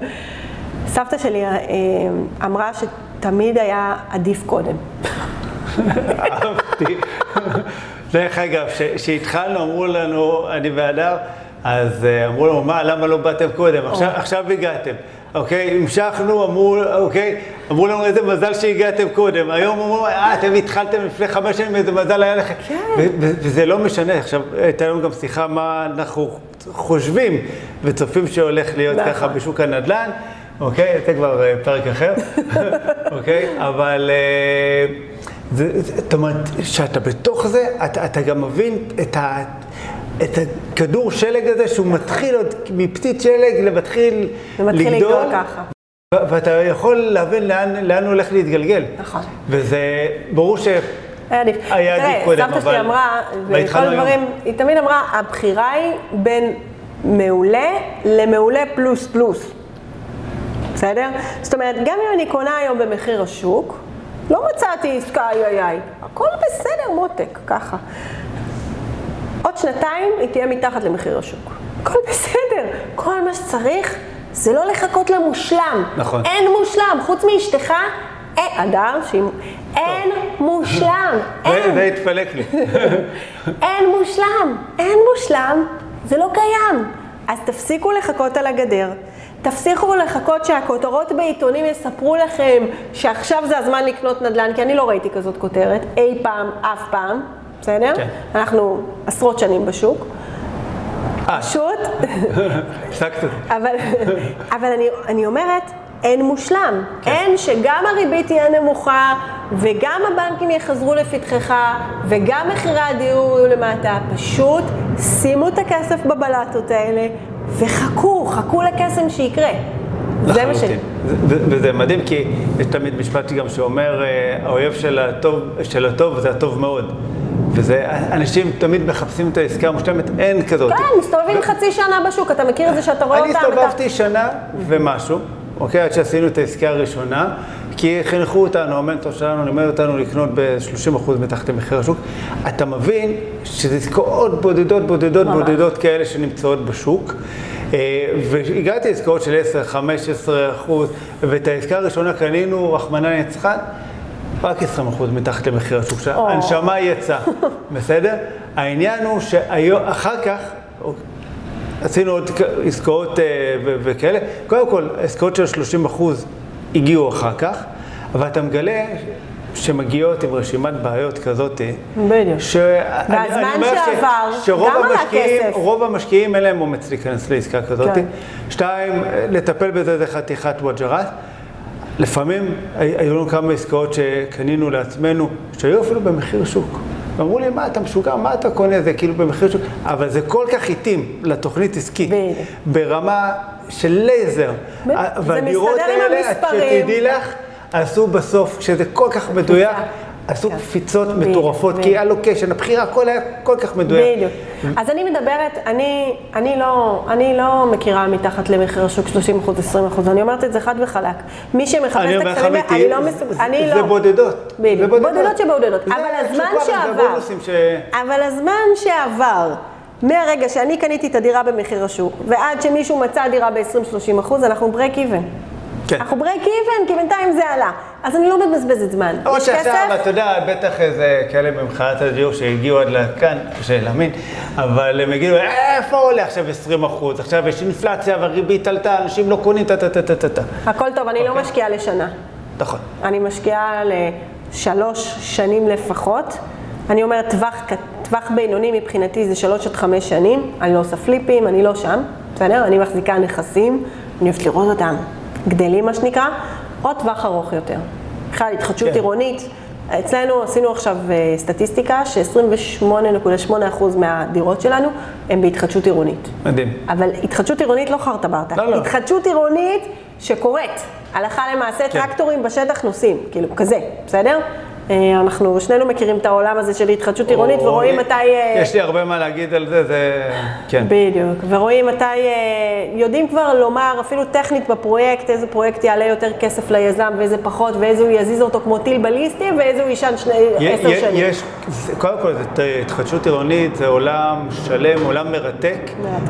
סבתא שלי אמרה שתמיד היה עדיף קודם. אהבתי. דרך אגב, כשהתחלנו, אמרו לנו, אני והדר, אז אמרו לנו, מה, למה לא באתם קודם? עכשיו הגעתם. אוקיי, המשכנו, אמרו, אוקיי, אמרו לנו איזה מזל שהגעתם קודם. היום אמרו, אה, אתם התחלתם לפני חמש שנים, איזה מזל היה לכם. כן. וזה לא משנה. עכשיו, הייתה לנו גם שיחה מה אנחנו חושבים וצופים שהולך להיות ככה בשוק הנדל"ן. אוקיי, זה כבר פרק אחר. אוקיי, אבל זאת אומרת, שאתה בתוך זה, אתה גם מבין את ה... את הכדור שלג הזה שהוא מתחיל עוד מפתית שלג למתחיל ומתחיל לגדול ככה. ואתה יכול להבין לאן, לאן הוא הולך להתגלגל. נכון. וזה ברור שהיה עדיף קודם, סבתא שלי אמרה, וכל הדברים, היא תמיד אמרה, הבחירה היא בין מעולה למעולה פלוס פלוס. בסדר? זאת אומרת, גם אם אני קונה היום במחיר השוק, לא מצאתי עסקה איי איי איי. הכל בסדר, מותק, ככה. עוד שנתיים היא תהיה מתחת למחיר השוק. הכל בסדר. כל מה שצריך זה לא לחכות למושלם. נכון. אין מושלם. חוץ מאשתך, אין, אדר, שאם... אין מושלם. אין. זה התפלק לי. אין מושלם. אין מושלם. זה לא קיים. אז תפסיקו לחכות על הגדר. תפסיקו לחכות שהכותרות בעיתונים יספרו לכם שעכשיו זה הזמן לקנות נדל"ן, כי אני לא ראיתי כזאת כותרת, אי פעם, אף פעם. בסדר? כן. אנחנו עשרות שנים בשוק. פשוט. הפסקת אותי. אבל, אבל אני, אני אומרת, אין מושלם. כן. אין שגם הריבית תהיה נמוכה, וגם הבנקים יחזרו לפתחך, וגם מחירי הדיור יהיו למטה. פשוט שימו את הכסף בבלטות האלה, וחכו, חכו לקסם שיקרה. זה מה ש... וזה מדהים, כי יש תמיד משפט גם שאומר, האויב של הטוב, של הטוב זה הטוב מאוד. וזה, אנשים תמיד מחפשים את העסקה המושלמת, אין כזאת. כן, מסתובבים חצי שנה בשוק, אתה מכיר את זה שאתה רואה אותם? אני הסתובבתי שנה ומשהו, אוקיי, עד שעשינו את העסקה הראשונה, כי חינכו אותנו, המנטור שלנו לימד אותנו לקנות ב-שלושים אחוז מתחת למחיר השוק. אתה מבין שזה עסקאות בודדות, בודדות, בודדות כאלה שנמצאות בשוק, והגעתי עסקאות של עשר, חמש עשרה אחוז, ואת העסקה הראשונה קנינו, רחמנא ליצלן, רק עשרים אחוז מתחת למחיר השוק שלה, הנשמה יצאה, בסדר? העניין הוא שאחר כך, עשינו עוד עסקאות וכאלה, קודם כל, עסקאות של שלושים אחוז הגיעו אחר כך, אבל אתה מגלה שמגיעות עם רשימת בעיות כזאת, בדיוק. והזמן שעבר, גם על הכסף. רוב המשקיעים אין להם אומץ להיכנס לעסקה כזאת. כן. שתיים, לטפל בזה זה חתיכת וג'רת. לפעמים היו לנו כמה עסקאות שקנינו לעצמנו, שהיו אפילו במחיר שוק. ואמרו לי, מה אתה משוגע, מה אתה קונה זה, כאילו במחיר שוק, אבל זה כל כך איטים לתוכנית עסקית, ברמה של לייזר. והדירות האלה, שתדעי לך, עשו בסוף, כשזה כל כך מדויק, עשו קפיצות מטורפות, כי הלוקיישן, הבחירה, הכל היה כל כך מדויק. בדיוק. אז אני מדברת, אני, אני לא, אני לא מכירה מתחת למחיר השוק שלושים אחוז, עשרים אחוז, אני אומרת את זה חד וחלק. מי שמחפש את הקטנים, אני לא מסוגלת, אני לא. זה בודדות. בדיוק, בודדות שבודדות. אבל הזמן שעבר, אבל הזמן שעבר, מהרגע שאני קניתי את הדירה במחיר השוק, ועד שמישהו מצא דירה ב-עשרים שלושים אחוז, אנחנו break even. כן. אנחנו break even, כי בינתיים זה עלה. אז אני לא מבזבזת זמן. או שעכשיו, אתה יודע, בטח איזה כאלה במחאת הדיור שהגיעו עד לכאן, קשה להאמין, אבל הם הגיעו, איפה עולה עכשיו עשרים אחוז? עכשיו יש אינפלציה והריבית עלתה, אנשים לא קונים, טה-טה-טה-טה-טה. הכל טוב, אני לא משקיעה לשנה. נכון. אני משקיעה לשלוש שנים לפחות. אני אומרת, טווח, טווח בינוני מבחינתי זה שלוש עד חמש שנים. אני לא עושה פליפים, אני לא שם. בסדר? אני מחזיקה נכסים, אני אוהבת לראות אותם. גדלים, מה שנקרא, או טווח ארוך יותר. בכלל, התחדשות כן. עירונית. אצלנו עשינו עכשיו סטטיסטיקה ש-עשרים ושמונה נקודה שמונה אחוז מהדירות שלנו הם בהתחדשות עירונית. מדהים. אבל התחדשות עירונית לא חרטה ברטה. לא, לא. התחדשות עירונית שקורית. הלכה למעשה כן. טרקטורים בשטח נוסעים, כאילו, כזה, בסדר? אנחנו שנינו מכירים את העולם הזה של התחדשות עירונית ורואים מתי... יש לי הרבה מה להגיד על זה, זה... כן. בדיוק, ורואים מתי... יודעים כבר לומר אפילו טכנית בפרויקט, איזה פרויקט יעלה יותר כסף ליזם ואיזה פחות, ואיזה הוא יזיז אותו כמו טיל בליסטי ואיזה הוא ישן שני... עשר שנים. יש, קודם כל, התחדשות עירונית זה עולם שלם, עולם מרתק,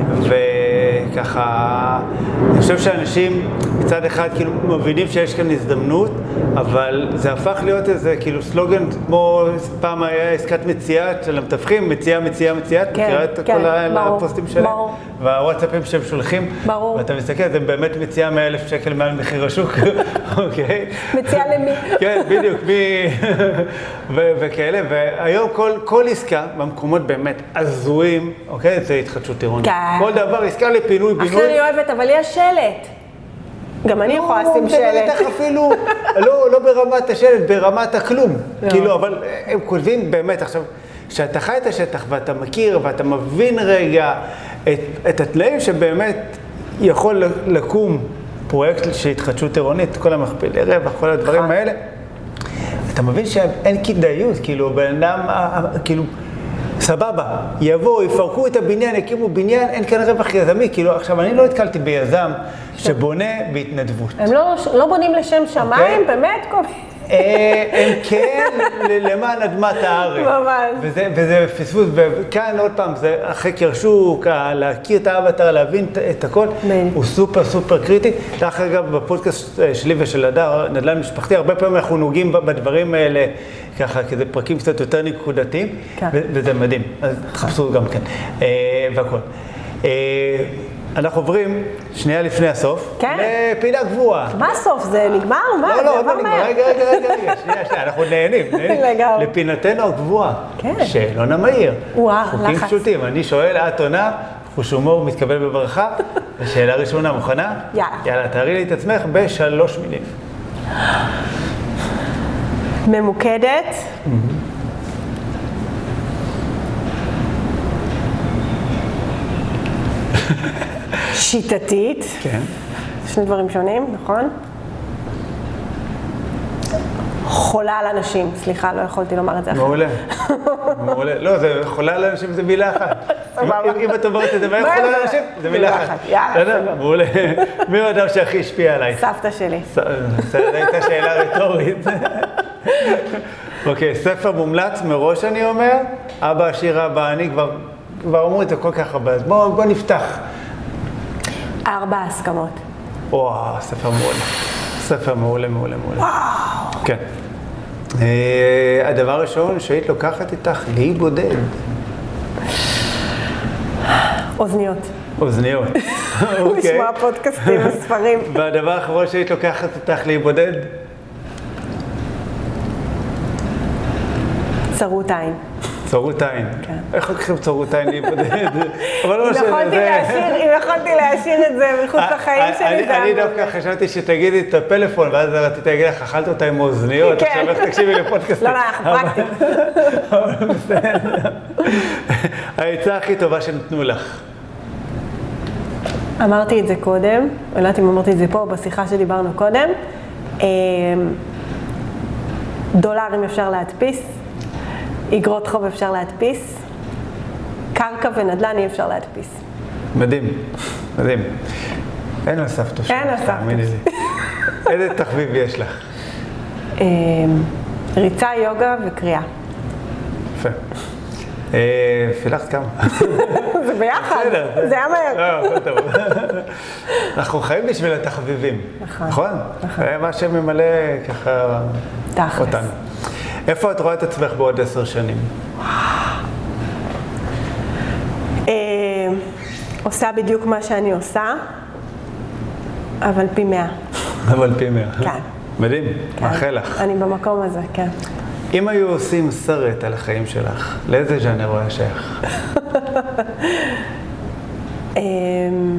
וככה, אני חושב שאנשים מצד אחד כאילו מבינים שיש כאן הזדמנות, אבל זה הפך להיות איזה כאילו סלוגן, כמו פעם היה עסקת מציאה של המתווכים, מציאה, מציאה, מציאה, את מכירה את כל הפוסטים שלהם, והוואטסאפים שהם שולחים, ואתה מסתכל, זה באמת מציאה מאה אלף שקל מעל מחיר השוק, אוקיי? מציאה למי? כן, בדיוק, מי... וכאלה, והיום כל עסקה במקומות באמת הזויים, אוקיי? זה התחדשות עירונית. כל דבר, עסקה לפינוי, בינוי. אחרי אני אוהבת, אבל יש שלט. גם אני יכולה לשים שלט. לא, בטח אפילו, לא ברמת השלט, ברמת הכלום. כאילו, אבל הם כותבים באמת, עכשיו, שאתה חי את השטח ואתה מכיר ואתה מבין רגע את התנאים שבאמת יכול לקום פרויקט של התחדשות עירונית, כל המכפילי רווח, כל הדברים האלה, אתה מבין שאין כדאיות, כאילו, בן אדם, כאילו, סבבה, יבואו, יפרקו את הבניין, יקימו בניין, אין כאן רווח יזמי, כאילו עכשיו אני לא התקלתי ביזם שבונה בהתנדבות. הם לא בונים לשם שמיים, באמת? הם כן למען אדמת הארץ. ממש. וזה פספוס, וכאן עוד פעם, זה החקר שוק, להכיר את האבטר, להבין את הכל, הוא סופר סופר קריטי. דרך אגב, בפודקאסט שלי ושל הדר, נדל"ן משפחתי, הרבה פעמים אנחנו נוגעים בדברים האלה, ככה, כי זה פרקים קצת יותר נקודתיים, וזה מדהים, אז תחפשו גם כן, והכל. אנחנו עוברים, שנייה לפני הסוף, לפינה גבוהה. מה הסוף? זה נגמר? מה? לא, לא, לא נגמר, רגע, רגע, רגע, שנייה, שנייה, אנחנו נהנים, נהנים. לפינתנו הגבוהה, שאלון המהיר. וואו, לחץ. חוקים פשוטים, אני שואל, את עונה, חוש הומור מתקבל בברכה, ושאלה ראשונה, מוכנה? יאללה. יאללה, תארי לי את עצמך בשלוש מילים. ממוקדת. שיטתית. כן. שני דברים שונים, נכון? חולה על אנשים. סליחה, לא יכולתי לומר את זה אחרת. מעולה. מעולה. לא, זה חולה על אנשים זה מילה אחת. אם את אומרת את זה, מה חולה על אנשים? זה מילה אחת. יאללה. מעולה. מי הוא האדם שהכי השפיע עליי? סבתא שלי. זו הייתה שאלה רטורית. אוקיי, ספר מומלץ מראש אני אומר, אבא עשיר, אבא אני, כבר אמרו את זה כל כך הרבה, אז בואו נפתח. ארבע הסכמות. וואו, ספר מעולה. ספר מעולה, מעולה, מעולה. וואו. כן. הדבר הראשון שהיית לוקחת איתך, לאי בודד. אוזניות. אוזניות. לשמוע פודקאסטים וספרים. והדבר האחרון שהיית לוקחת איתך לאי בודד? צרות עין. צרות עין. כן. איך לוקחים צרות עין להיבודד? אבל לא אם משנה, יכולתי זה... להשאיר, אם יכולתי להשאיר את זה מחוץ לחיים שלי, אני- זה אני היה דווקא חשבתי שתגידי את הפלאפון, ואז רציתי להגיד לך, אכלת אותה עם אוזניות, כן. עכשיו איך תקשיבי לפודקאסטים. לא, לא, אנחנו פרקטיים. אבל בסדר. העצה הכי טובה שנתנו לך. אמרתי את זה קודם, אני לא יודעת אם אמרתי את זה פה, בשיחה שדיברנו קודם. אה, דולרים אפשר להדפיס, אגרות חוב אפשר להדפיס, קרקע ונדל"ן אי אפשר להדפיס. מדהים, מדהים. אין על סבתא שלך, אין על סבתא. תאמיני לי. איזה תחביב יש לך? אה, ריצה, יוגה וקריאה. יפה. אה, פילחת כמה? זה ביחד, בסדר. זה היה מהר. לא, הכל טוב. אנחנו חיים בשביל התחביבים. נכון. נכון? נכון. זה מה שממלא ככה תכלס. אותנו. איפה את רואה את עצמך בעוד עשר שנים? אה, עושה בדיוק מה שאני עושה, אבל פי מאה. אבל פי מאה. כן. מדהים, כן. מאחל לך. אני במקום הזה, כן. אם היו עושים סרט על החיים שלך, לאיזה ז'אנר הוא היה שייך? אמ,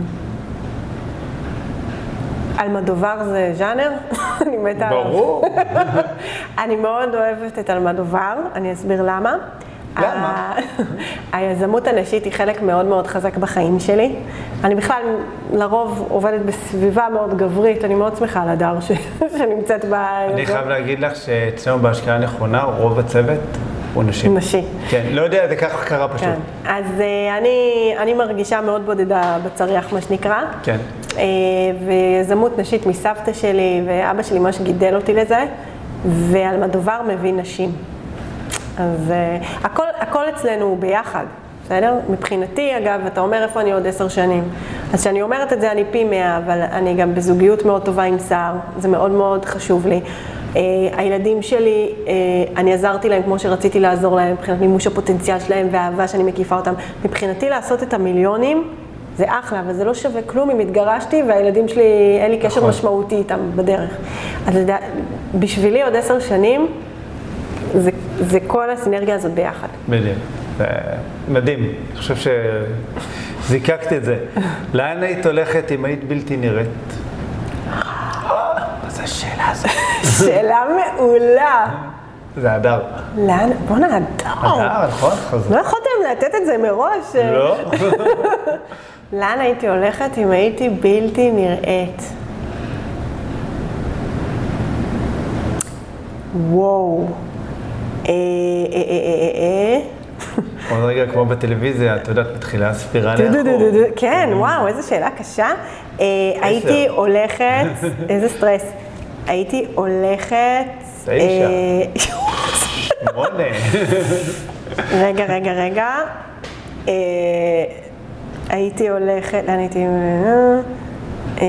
אלמדובר זה ז'אנר? אני מתה עליו. ברור. אני מאוד אוהבת את אלמדובר, אני אסביר למה. למה? ה- היזמות הנשית היא חלק מאוד מאוד חזק בחיים שלי. אני בכלל לרוב עובדת בסביבה מאוד גברית, אני מאוד שמחה על הדר ש- שנמצאת ב... אני חייב להגיד לך שאצלנו בהשקעה נכונה, רוב הצוות הוא נשים. נשי. כן, לא יודע, זה ככה קרה פשוט. כן. אז אה, אני, אני מרגישה מאוד בודדה בצריח, מה שנקרא. כן. אה, ויזמות נשית מסבתא שלי, ואבא שלי ממש גידל אותי לזה, ואלמדובר מביא נשים. אז אה, הכל, הכל אצלנו הוא ביחד, בסדר? מבחינתי, אגב, אתה אומר איפה אני עוד עשר שנים. אז כשאני אומרת את זה, אני פי מאה, אבל אני גם בזוגיות מאוד טובה עם סער, זה מאוד מאוד חשוב לי. Uh, הילדים שלי, uh, אני עזרתי להם כמו שרציתי לעזור להם, מבחינת מימוש הפוטנציאל שלהם והאהבה שאני מקיפה אותם. מבחינתי לעשות את המיליונים, זה אחלה, אבל זה לא שווה כלום אם התגרשתי והילדים שלי, אין לי קשר נכון. משמעותי איתם בדרך. אז לדע, בשבילי עוד עשר שנים, זה, זה כל הסינרגיה הזאת ביחד. מדהים. זה מדהים. אני חושב שזיקקתי את זה. לאן היית הולכת אם היית בלתי נראית? מה זה השאלה הזאת? שאלה מעולה. זה הדר. לאן? בוא'נה, הדר. הדר, נכון? חזק. לא יכולתם לתת את זה מראש. לא? לאן הייתי הולכת אם הייתי בלתי נראית? וואו. אה, אה, אה, אה, אה. עוד רגע כמו בטלוויזיה, את יודעת, מתחילה ספירה לאחור. כן, וואו, איזו שאלה קשה. אה, הייתי הולכת, איזה סטרס. הייתי הולכת... תשע. אה, שמונה. רגע, רגע, רגע. אה, הייתי הולכת, לאן הייתי... אה,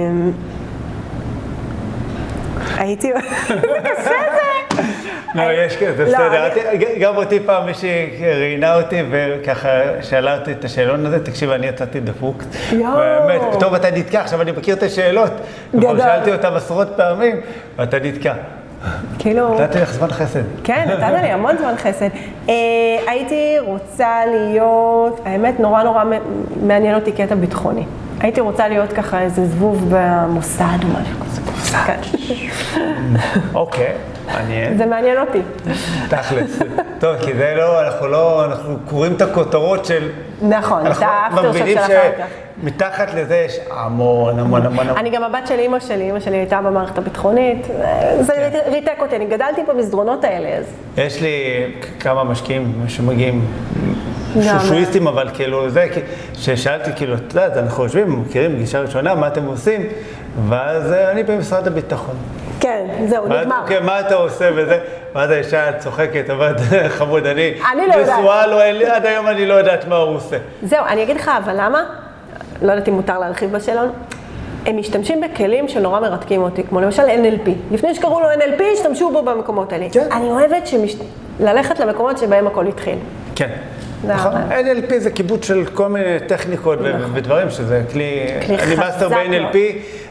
הייתי... זה קשה זה! לא, יש כזה, לא, בסדר. אני- את- גם אותי פעם מישהי ראיינה אותי וככה שאלה אותי את השאלון הזה, תקשיב, אני יצאתי דפוק. יואו. באמת, פתאום אתה נתקע, עכשיו אני מכיר את השאלות. גדול. כבר שאלתי אותם עשרות פעמים, ואתה נתקע. כאילו... נתתי לך זמן חסד. כן, נתת לי המון זמן חסד. אה, הייתי רוצה להיות, האמת נורא נורא מעניין אותי קטע ביטחוני. הייתי רוצה להיות ככה איזה זבוב במוסד או משהו כזה. כן. אוקיי, מעניין. זה מעניין אותי. תכלס. טוב, כי זה לא, אנחנו לא, אנחנו קוראים את הכותרות של... נכון, את אנחנו האפטר מבינים של אחר כך. שמתחת לזה יש המון, המון, המון. אני גם הבת של אימא שלי, אימא שלי הייתה במערכת הביטחונית, זה ריתק אותי, אני גדלתי במסדרונות האלה, אז... יש לי כמה משקיעים שמגיעים, גם. שושואיסטים, אבל כאילו זה, כי- ששאלתי כאילו, את יודעת, אנחנו יושבים, מכירים פגישה ראשונה, מה אתם עושים? ואז אה, אני במשרד הביטחון. כן, זהו, ואז, נגמר. אוקיי, מה אתה עושה וזה? ואז האישה צוחקת, אבל חמוד, אני... אני לא יודעת. נשואה לו, אין לי- עד היום אני לא יודעת מה הוא עושה. זהו, אני אגיד לך, אבל למה? לא יודעת אם מותר להרחיב בשאלון. הם משתמשים בכלים שנורא מרתקים אותי, כמו למשל אן אל פי. לפני שקראו לו אן אל פי, השתמשו בו במקומות האלה. כן. אני אוהבת שמש... ללכת למקומות שבהם הכל התחיל. כן. זה נכון. אבל. אן אל פי זה קיבוץ של כל מיני טכניקות ו- ודברים, שזה כלי... כלי אני מאסטר חזק ב-אן אל פי,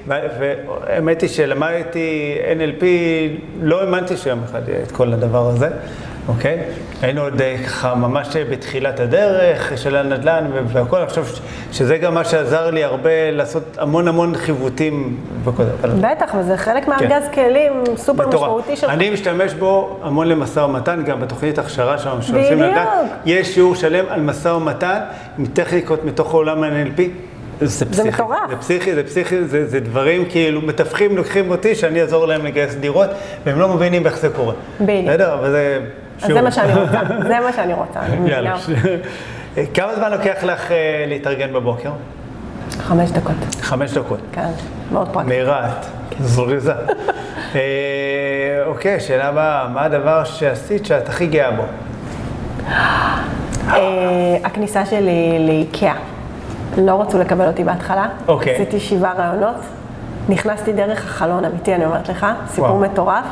והאמת היא שלמדתי אן אל פי, לא האמנתי שיום אחד יהיה את כל הדבר הזה, אוקיי? היינו עוד ככה ממש בתחילת הדרך של הנדל"ן והכל, אני חושב שזה גם מה שעזר לי הרבה לעשות המון המון חיווטים וכל זה. בטח, וזה חלק מהארגז כלים סופר משמעותי שלך. אני משתמש בו המון למשא ומתן, גם בתוכנית הכשרה שלנו שעושים נדל"ן. יש שיעור שלם על משא ומתן עם טכניקות מתוך העולם ה-אן אל פי. זה פסיכי. זה מטורף. זה פסיכי, זה פסיכי, זה, זה דברים כאילו מתווכים, לוקחים אותי שאני אעזור להם לגייס דירות, והם לא מבינים איך זה קורה. בדיוק. בסדר? אבל זה אז זה מה שאני רוצה, זה מה שאני רוצה. יאללה. כמה זמן לוקח לך להתארגן בבוקר? חמש דקות. חמש דקות. כן, מאוד פרקטי. מהירה את, זריזה. אוקיי, שאלה הבאה, מה הדבר שעשית שאת הכי גאה בו? הכניסה שלי לאיקאה. לא רצו לקבל אותי בהתחלה. אוקיי. עשיתי שבעה רעיונות. נכנסתי דרך החלון, אמיתי, אני אומרת לך. סיפור מטורף.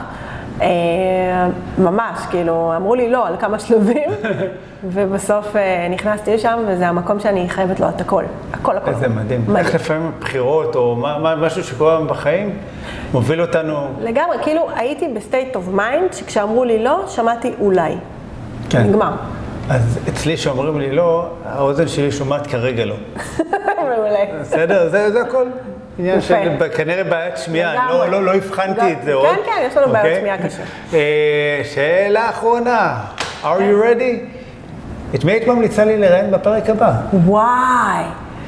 ממש, כאילו, אמרו לי לא, על כמה שלבים. ובסוף נכנסתי לשם, וזה המקום שאני חייבת לו את הכל. הכל, הכל. איזה מדהים. איך לפעמים בחירות, או משהו שקורה בחיים, מוביל אותנו... לגמרי, כאילו, הייתי בסטייט אוף מיינד, שכשאמרו לי לא, שמעתי אולי. כן. נגמר. אז אצלי שאומרים לי לא, האוזן שלי שומעת כרגע לא. מעולה. בסדר? זה, זה הכל. עניין של כנראה בעיית שמיעה, לא, לא, לא הבחנתי את זה עוד. כן, כן, יש לנו בעיות שמיעה קשה. שאלה אחרונה, are you ready? את מי היית ממליצה לי לראיין בפרק הבא? וואי.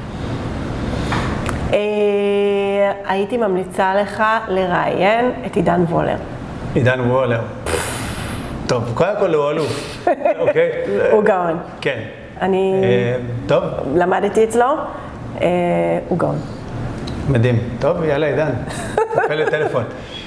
הייתי ממליצה לך לראיין את עידן וולר. עידן וולר. טוב, קודם כל הוא אלוף, אוקיי? הוא גאון. כן. אני... טוב. למדתי אצלו, הוא גאון. מדהים. טוב, יאללה עידן, תפל לטלפון.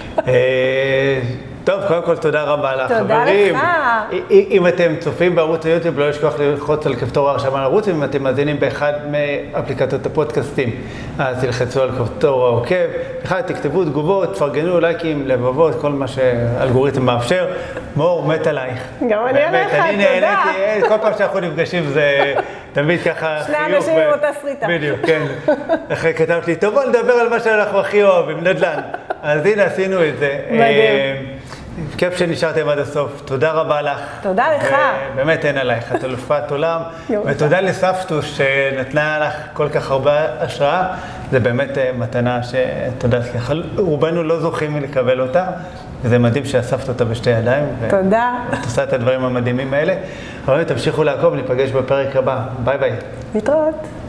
טוב, קודם כל תודה רבה לך, תודה חברים. לך. אם אתם צופים בערוץ היוטיוב, לא לשכוח ללחוץ על כפתור ההרשמה לערוץ, ואם אתם מאזינים באחד מאפליקציות הפודקאסטים, אז תלחצו על כפתור העוקב. בכלל, תכתבו תגובות, תפרגנו, לייקים, לבבות, כל מה שהאלגוריתם מאפשר. מור, מת עלייך. גם אני עליך, תודה. אני נהניתי, כל פעם שאנחנו נפגשים זה תמיד ככה חיוך. שני אנשים עם אותה שריטה. בדיוק, כן. אחרי כתבת לי, טוב, בוא נדבר על מה שאנחנו הכי אוהבים, נדל"ן. אז הנה, עשינו את זה. מדהים. כיף שנשארתם עד הסוף, תודה רבה לך. תודה לך. באמת אין עלייך, את אלופת עולם. ותודה לסבתוש שנתנה לך כל כך הרבה השראה. זה באמת מתנה שתודה לך. רובנו לא זוכים לקבל אותה, וזה מדהים שאספת אותה בשתי ידיים. תודה. ואת עושה את הדברים המדהימים האלה. אבל תמשיכו לעקוב, ניפגש בפרק הבא. ביי ביי. להתראות.